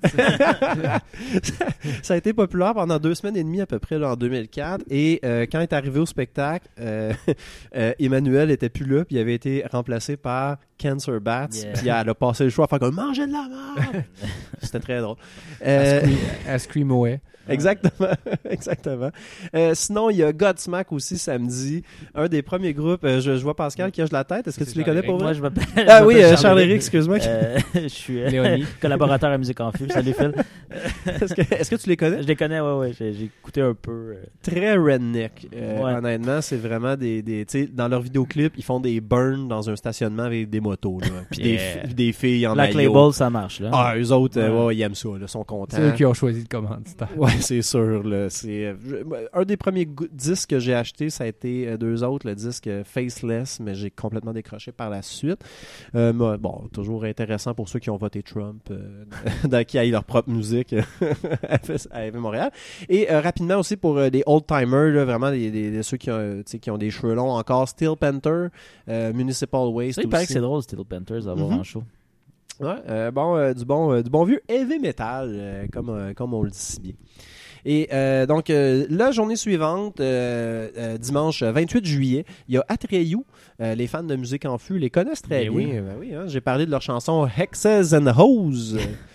ça a été populaire pendant deux semaines et demie à peu près là, en deux mille quatre. Et euh, quand il est arrivé au spectacle, euh, euh, Emmanuel était plus là, puis il avait été remplacé par Cancer Bats. Yeah. Puis elle a passé le choix à faire comme manger de la merde. C'était très drôle. Euh, À Screamoé. Exactement, exactement. Euh, sinon, il y a Godsmack aussi samedi, un des premiers groupes. Euh, je, je vois Pascal qui hoche la tête. Est-ce que C'est tu les connais Charles-Éric. pour vrai? Moi, je m'appelle. Ah je oui, m'appelle euh, Charles-Éric, excuse-moi. Euh, je suis euh, Léonie. collaborateur à Musique en Fût. Salut Phil. Est-ce que, est-ce que tu les connais? Je les connais, ouais, ouais. J'ai, j'ai écouté un peu. euh, Très redneck. Euh, Ouais. Honnêtement, c'est vraiment des, des tu sais, dans leurs vidéoclips, ils font des burns dans un stationnement avec des motos, là. Puis des, Yeah. fi- des filles en Black maillot. Label, ça marche, là. Ah, eux autres, euh, Ouais. ouais, ils aiment ça, là, sont contents. C'est eux qui ont choisi le commanditaire. Ouais, c'est sûr. Là. C'est, euh, je- un des premiers go- disques que j'ai acheté, ça a été euh, deux autres, le disque euh, Faceless, mais j'ai complètement décroché par la suite. Euh, mais, bon, toujours intéressant pour ceux qui ont voté Trump, euh, dans- qui aillent leur propre musique à A V Montréal. Et euh, rapidement aussi pour euh, des old-timers, là, vraiment des, des- des- ceux qui ont, euh, tu sais, qui ont des cheveux longs encore, Steel Panther, euh, Municipal Waste Ça, il paraît que aussi. c'est drôle, Steel Panthers, à voir Mhm. en show. Ouais, euh, bon, euh, du bon, euh, du bon vieux heavy metal, euh, comme, euh, comme on le dit si bien. Et euh, donc, euh, la journée suivante, euh, euh, dimanche vingt-huit juillet, il y a Atreyu. Euh, les fans de musique en fût les connaissent très Ben bien. oui. Ben oui, hein, j'ai parlé de leur chanson Hexes and Hoes,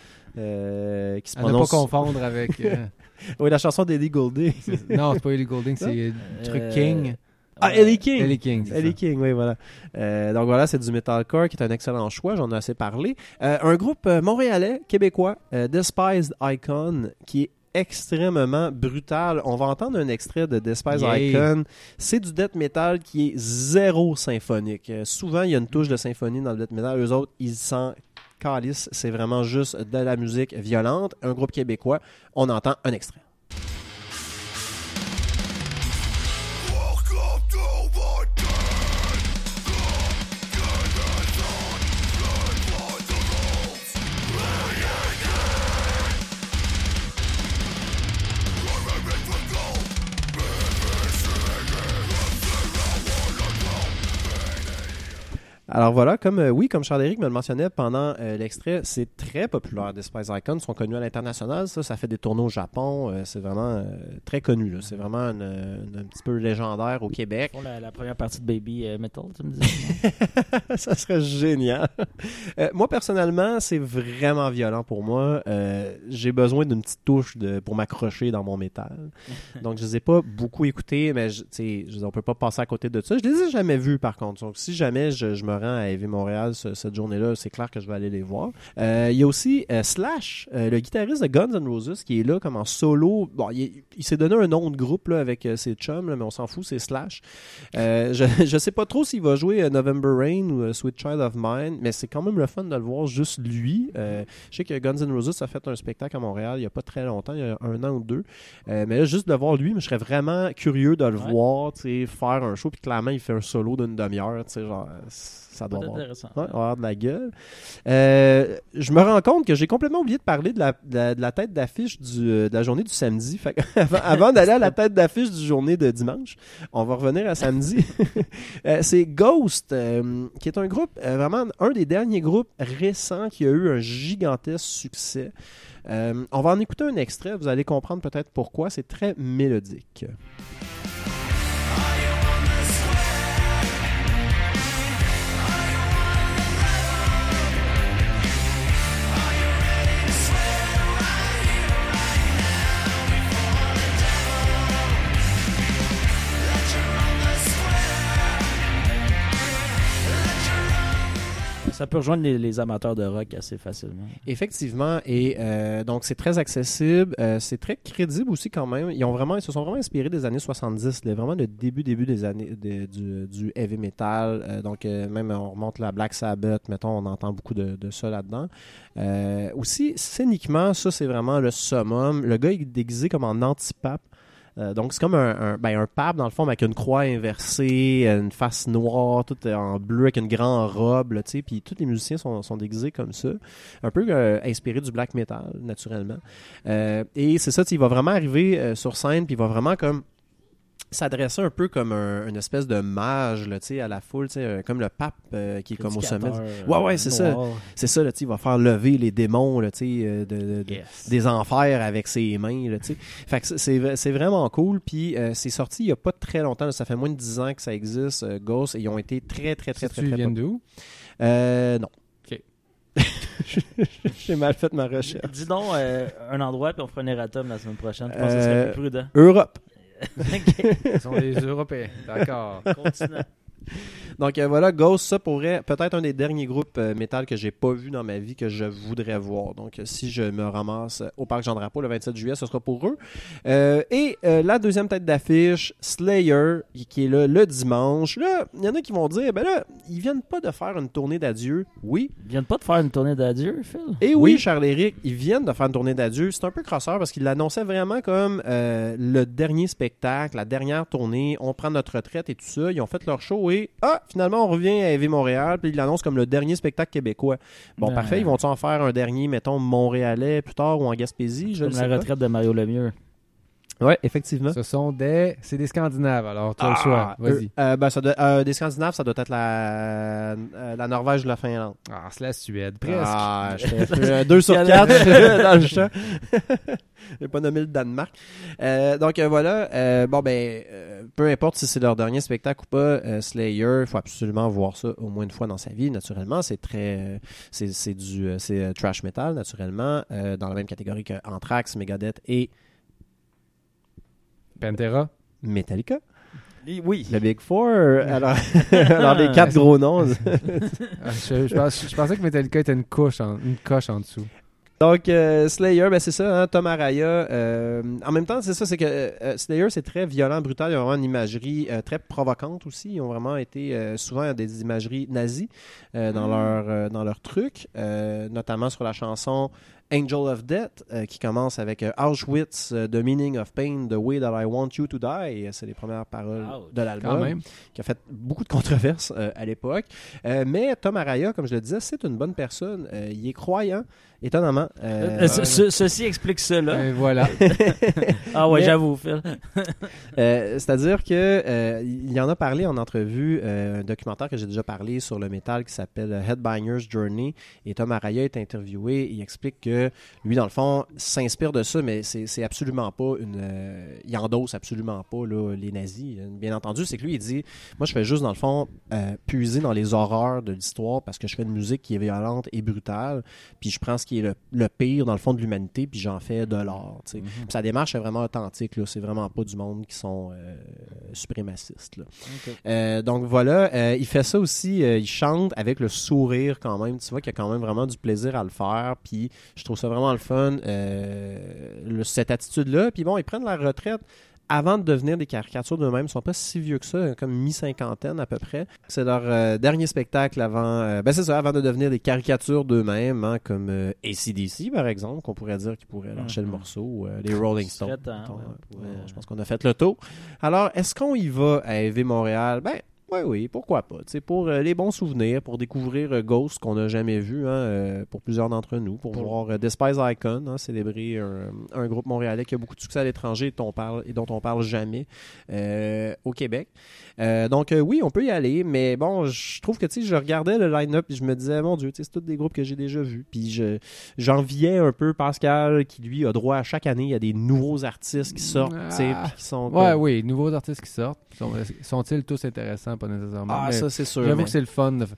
euh, qui se À ne pas prononce... confondre avec. euh, Oui, la chanson d'Eddie Goulding. c'est- non, c'est pas Ellie Goulding, c'est euh, du truc Euh, King. Ah, Ellie King! Ellie King. c'est Ellie ça. King, oui, voilà. Euh, donc voilà, c'est du metalcore qui est un excellent choix, j'en ai assez parlé. Euh, un groupe euh, montréalais, québécois, euh, Despised Icon, qui est extrêmement brutal. On va entendre un extrait de Despised Yeah. Icon. C'est du death metal qui est zéro symphonique. Euh, souvent, il y a une touche de symphonie dans le death metal. Eux autres, ils s'en calissent. C'est vraiment juste de la musique violente. Un groupe québécois. On entend un extrait. Welcome to my Alors voilà, comme euh, oui, comme Charles-Éric me le mentionnait pendant euh, l'extrait, c'est très populaire. Despised Icon sont connus à l'international. Ça, ça fait des tournées au Japon. Euh, c'est vraiment euh, très connu. Là. C'est vraiment une- une- un petit peu légendaire au Québec. Ils font la, la première partie de Baby euh, Metal, tu me dis. Ça serait génial. Euh, moi, personnellement, c'est vraiment violent pour moi. Euh, j'ai besoin d'une petite touche de, pour m'accrocher dans mon métal. Donc, je les ai pas beaucoup écoutés, mais je, tu sais, je- on peut pas passer à côté de ça. Je les ai jamais vus, par contre. Donc, si jamais je, je me rends à Heavy Montréal ce, cette journée-là, c'est clair que je vais aller les voir. Euh, il y a aussi euh, Slash, euh, le guitariste de Guns N' Roses, qui est là comme en solo. Bon, il, il s'est donné un nom de groupe là, avec euh, ses chums, là, mais on s'en fout, c'est Slash. Euh, je, je sais pas trop s'il va jouer euh, November Rain ou euh, Sweet Child of Mine, mais c'est quand même le fun de le voir juste lui. Euh, je sais que Guns N' Roses a fait un spectacle à Montréal il y a pas très longtemps, il y a un an ou deux. Euh, mais là, juste de le voir lui, je serais vraiment curieux de le Ouais. voir, tu sais, faire un show, puis clairement, il fait un solo d'une demi-heure, tu sais, genre, ça doit Pas avoir, intéressant. ouais, avoir de la gueule. Euh, je me rends compte que j'ai complètement oublié de parler de la, de la, de la tête d'affiche du, euh, de la journée du samedi. Fait que avant, avant d'aller à la tête d'affiche du journée de dimanche, on va revenir à samedi. euh, c'est Ghost, euh, qui est un groupe, euh, vraiment un des derniers groupes récents qui a eu un gigantesque succès. Euh, on va en écouter un extrait, vous allez comprendre peut-être pourquoi. C'est très mélodique. Ça peut rejoindre les, les amateurs de rock assez facilement. Effectivement, et euh, donc c'est très accessible, euh, c'est très crédible aussi quand même. Ils ont vraiment, ils se sont vraiment inspirés des années soixante-dix, là, vraiment le début début des années de, du, du heavy metal. Euh, donc euh, même on remonte la Black Sabbath, mettons, on entend beaucoup de, de ça là-dedans. Euh, aussi scéniquement, ça c'est vraiment le summum. Le gars il est déguisé comme en antipape. Euh, donc, c'est comme un, un, ben, un pape, dans le fond, avec une croix inversée, une face noire, tout en bleu, avec une grande robe, là, tu sais, puis tous les musiciens sont, sont déguisés comme ça. Un peu euh, inspiré du black metal, naturellement. Euh, et c'est ça, tu sais, il va vraiment arriver euh, sur scène, puis il va vraiment comme s'adresser un peu comme un, une espèce de mage là, à la foule, euh, comme le pape euh, qui est comme au sommet. Ouais, ouais, c'est ça. C'est ça, là, il va faire lever les démons là, euh, de, de, yes. des enfers avec ses mains. Là, fait que c'est, c'est vraiment cool. Puis euh, c'est sorti il n'y a pas très longtemps. Là, ça fait moins de dix ans que ça existe, euh, Ghost, et ils ont été très, très, très, très, très... Tu viens d'où? Euh, non. OK. J'ai mal fait ma recherche. Dis donc euh, un endroit, puis on fera un erratum la semaine prochaine. Je pense que ce serait plus prudent. Europe. Okay. Ce sont des Européens. D'accord. Continue. Donc euh, voilà, Ghost, ça pourrait peut-être un des derniers groupes euh, métal que j'ai pas vu dans ma vie que je voudrais voir. Donc euh, si je me ramasse au Parc Jean-Drapeau le vingt-sept juillet, ce sera pour eux. Euh, et euh, la deuxième tête d'affiche, Slayer, qui est là le dimanche. Là, il y en a qui vont dire, ben là, ils viennent pas de faire une tournée d'adieu. Oui. Ils viennent pas de faire une tournée d'adieu, Phil? Et oui, oui. Charles-Éric, ils viennent de faire une tournée d'adieu. C'est un peu crosseur parce qu'ils l'annonçaient vraiment comme euh, le dernier spectacle, la dernière tournée. On prend notre retraite et tout ça. Ils ont fait leur show et ah, finalement, on revient à Heavy Montréal, puis ils l'annoncent comme le dernier spectacle québécois. Bon, ben, parfait, ils vont-tu en faire un dernier, mettons, montréalais plus tard ou en Gaspésie? Je comme le la sais retraite pas. de Mario Lemieux. Ouais, effectivement. Ce sont des... C'est des Scandinaves, alors tu as ah, le choix. Vas-y. Euh, euh, ben, ça doit... euh, des Scandinaves, ça doit être la, euh, la Norvège ou la Finlande. Ah, c'est la Suède, presque. Ah, je fais deux sur quatre dans le champ. J'ai pas nommé le Danemark. Euh, donc euh, voilà. Euh, bon ben, euh, peu importe si c'est leur dernier spectacle ou pas, euh, Slayer, il faut absolument voir ça au moins une fois dans sa vie. Naturellement, c'est très, euh, c'est, c'est du, euh, c'est euh, trash metal naturellement, euh, dans la même catégorie que Anthrax, Megadeth et Pantera, Metallica. Oui. Le Big Four. Alors, alors les quatre gros noms. ah, je, je, pense, je pensais que Metallica était une couche, en, une coche en dessous. Donc, euh, Slayer, ben c'est ça, hein, Tom Araya. Euh, en même temps, c'est ça, c'est que euh, Slayer, c'est très violent, brutal. Il y a vraiment une imagerie euh, très provocante aussi. Ils ont vraiment été euh, souvent des imageries nazies euh, dans, mm. leur, euh, dans leur truc, euh, notamment sur la chanson Angel of Death, euh, qui commence avec euh, Auschwitz, uh, The Meaning of Pain, The Way That I Want You to Die. C'est les premières paroles Ouch, de l'album, qui a fait beaucoup de controverses euh, à l'époque. Euh, mais Tom Araya, comme je le disais, c'est une bonne personne. Euh, il est croyant, étonnamment. Euh, euh, ce, ce, ceci explique cela. Et voilà. ah ouais, mais, j'avoue, Phil. euh, c'est-à-dire que euh, il en a parlé en entrevue, euh, un documentaire que j'ai déjà parlé sur le métal qui s'appelle Headbanger's Journey. Et Tom Araya est interviewé. Il explique que que lui, dans le fond, s'inspire de ça, mais c'est, c'est absolument pas une... Euh, il endosse absolument pas là, les nazis. Bien entendu, c'est que lui, il dit, moi, je fais juste, dans le fond, euh, puiser dans les horreurs de l'histoire parce que je fais une musique qui est violente et brutale, puis je prends ce qui est le, le pire, dans le fond, de l'humanité, puis j'en fais de l'art. Mm-hmm. Puis sa démarche est vraiment authentique, là. C'est vraiment pas du monde qui sont euh, suprémacistes. Là. Okay. Euh, donc voilà, euh, il fait ça aussi, euh, il chante avec le sourire quand même. Tu vois qu'il y a quand même vraiment du plaisir à le faire, puis je trouve ça vraiment le fun, euh, le, cette attitude-là. Puis bon, ils prennent la retraite avant de devenir des caricatures d'eux-mêmes. Ils ne sont pas si vieux que ça, comme mi-cinquantaine à peu près. C'est leur euh, dernier spectacle avant euh, ben c'est ça, avant de devenir des caricatures d'eux-mêmes, hein, comme euh, A C D C par exemple, qu'on pourrait dire qu'ils pourraient lâcher mm-hmm. le morceau, ou euh, les Rolling Stones. Temps, ouais, ouais, euh, je pense qu'on a fait le tour. Alors, est-ce qu'on y va à E V Montréal? Ben, oui, oui, pourquoi pas. T'sais, pour euh, les bons souvenirs, pour découvrir euh, Ghost qu'on n'a jamais vu, hein, euh, pour plusieurs d'entre nous, pour, pour... voir euh, Despise Icon, hein, célébrer un, un groupe montréalais qui a beaucoup de succès à l'étranger et dont on parle, et dont on parle jamais euh, au Québec. Euh, donc euh, oui, on peut y aller, mais bon, je trouve que tu sais, je regardais le line-up et je me disais, mon Dieu, c'est tous des groupes que j'ai déjà vus. Puis je, j'enviais un peu Pascal qui, lui, a droit à chaque année, il y a des nouveaux artistes qui sortent, ah, qui sont... Ouais, comme... oui, nouveaux artistes qui sortent. Sont, sont-ils tous intéressants? Pas nécessairement. Ah, mais ça, c'est sûr. J'avoue mais... que c'est le fun de,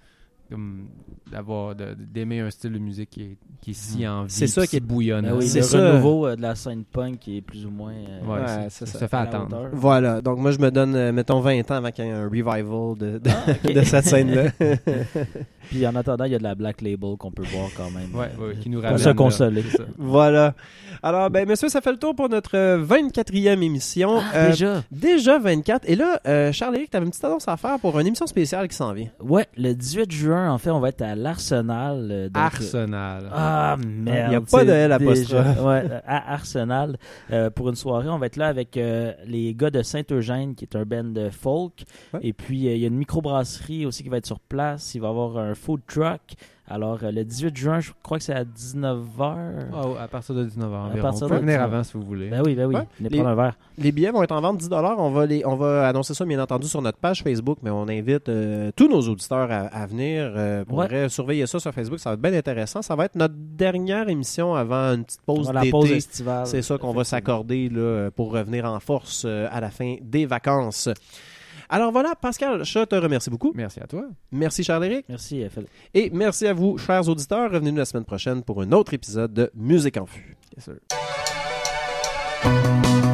d'avoir, de, d'aimer un style de musique qui est, qui est si en vie, c'est ça qui est bouillonnant. Ben oui, c'est le ça. renouveau euh, de la scène punk qui est plus ou moins... Euh, ouais, ouais c'est, c'est ça. ça. Ça fait attendre. Hauteur. Voilà. Donc, moi, je me donne, euh, mettons, vingt ans avant qu'il y ait un revival de, de, ah, okay. de cette scène-là. Puis, en attendant, il y a de la Black Label qu'on peut voir quand même. Ouais, ouais, qui nous pour se consoler. Voilà. Alors, ben, messieurs, ça fait le tour pour notre vingt-quatrième émission. Ah, euh, déjà? Déjà vingt-quatre. Et là, euh, Charles-Éric, tu avais une petite annonce à faire pour une émission spéciale qui s'en vient. Ouais, le dix-huit juin, en fait, on va être à l'Arsenal. Euh, donc, Arsenal. Euh, ah, merde. Il n'y a pas de L apostrophe. Ouais, à Arsenal. Euh, pour une soirée, on va être là avec euh, les gars de Saint-Eugène, qui est un band de folk. Ouais. Et puis, il euh, y a une microbrasserie aussi qui va être sur place. Il va y avoir un food truck. Alors, euh, le dix-huit juin, je crois que c'est à dix-neuf heures. Oh, à partir de dix-neuf heures environ. À partir on peut de venir dix-neuf avant si vous voulez. Ben oui, ben oui. Ouais. Venez Les, prendre un verre. Les billets vont être en vente dix dollars. On va, les, on va annoncer ça, bien entendu, sur notre page Facebook, mais on invite euh, tous nos auditeurs à, à venir. Euh, pour ouais. vrai, surveiller ça sur Facebook. Ça va être bien intéressant. Ça va être notre dernière émission avant une petite pause voilà, d'été. La pause estivale. C'est ça qu'on va s'accorder là, pour revenir en force euh, à la fin des vacances. Alors voilà, Pascal, je te remercie beaucoup. Merci à toi. Merci Charles-Éric. Merci Philippe. Et merci à vous, chers auditeurs. Revenez-nous la semaine prochaine pour un autre épisode de Musique en Fût. Yes, sir.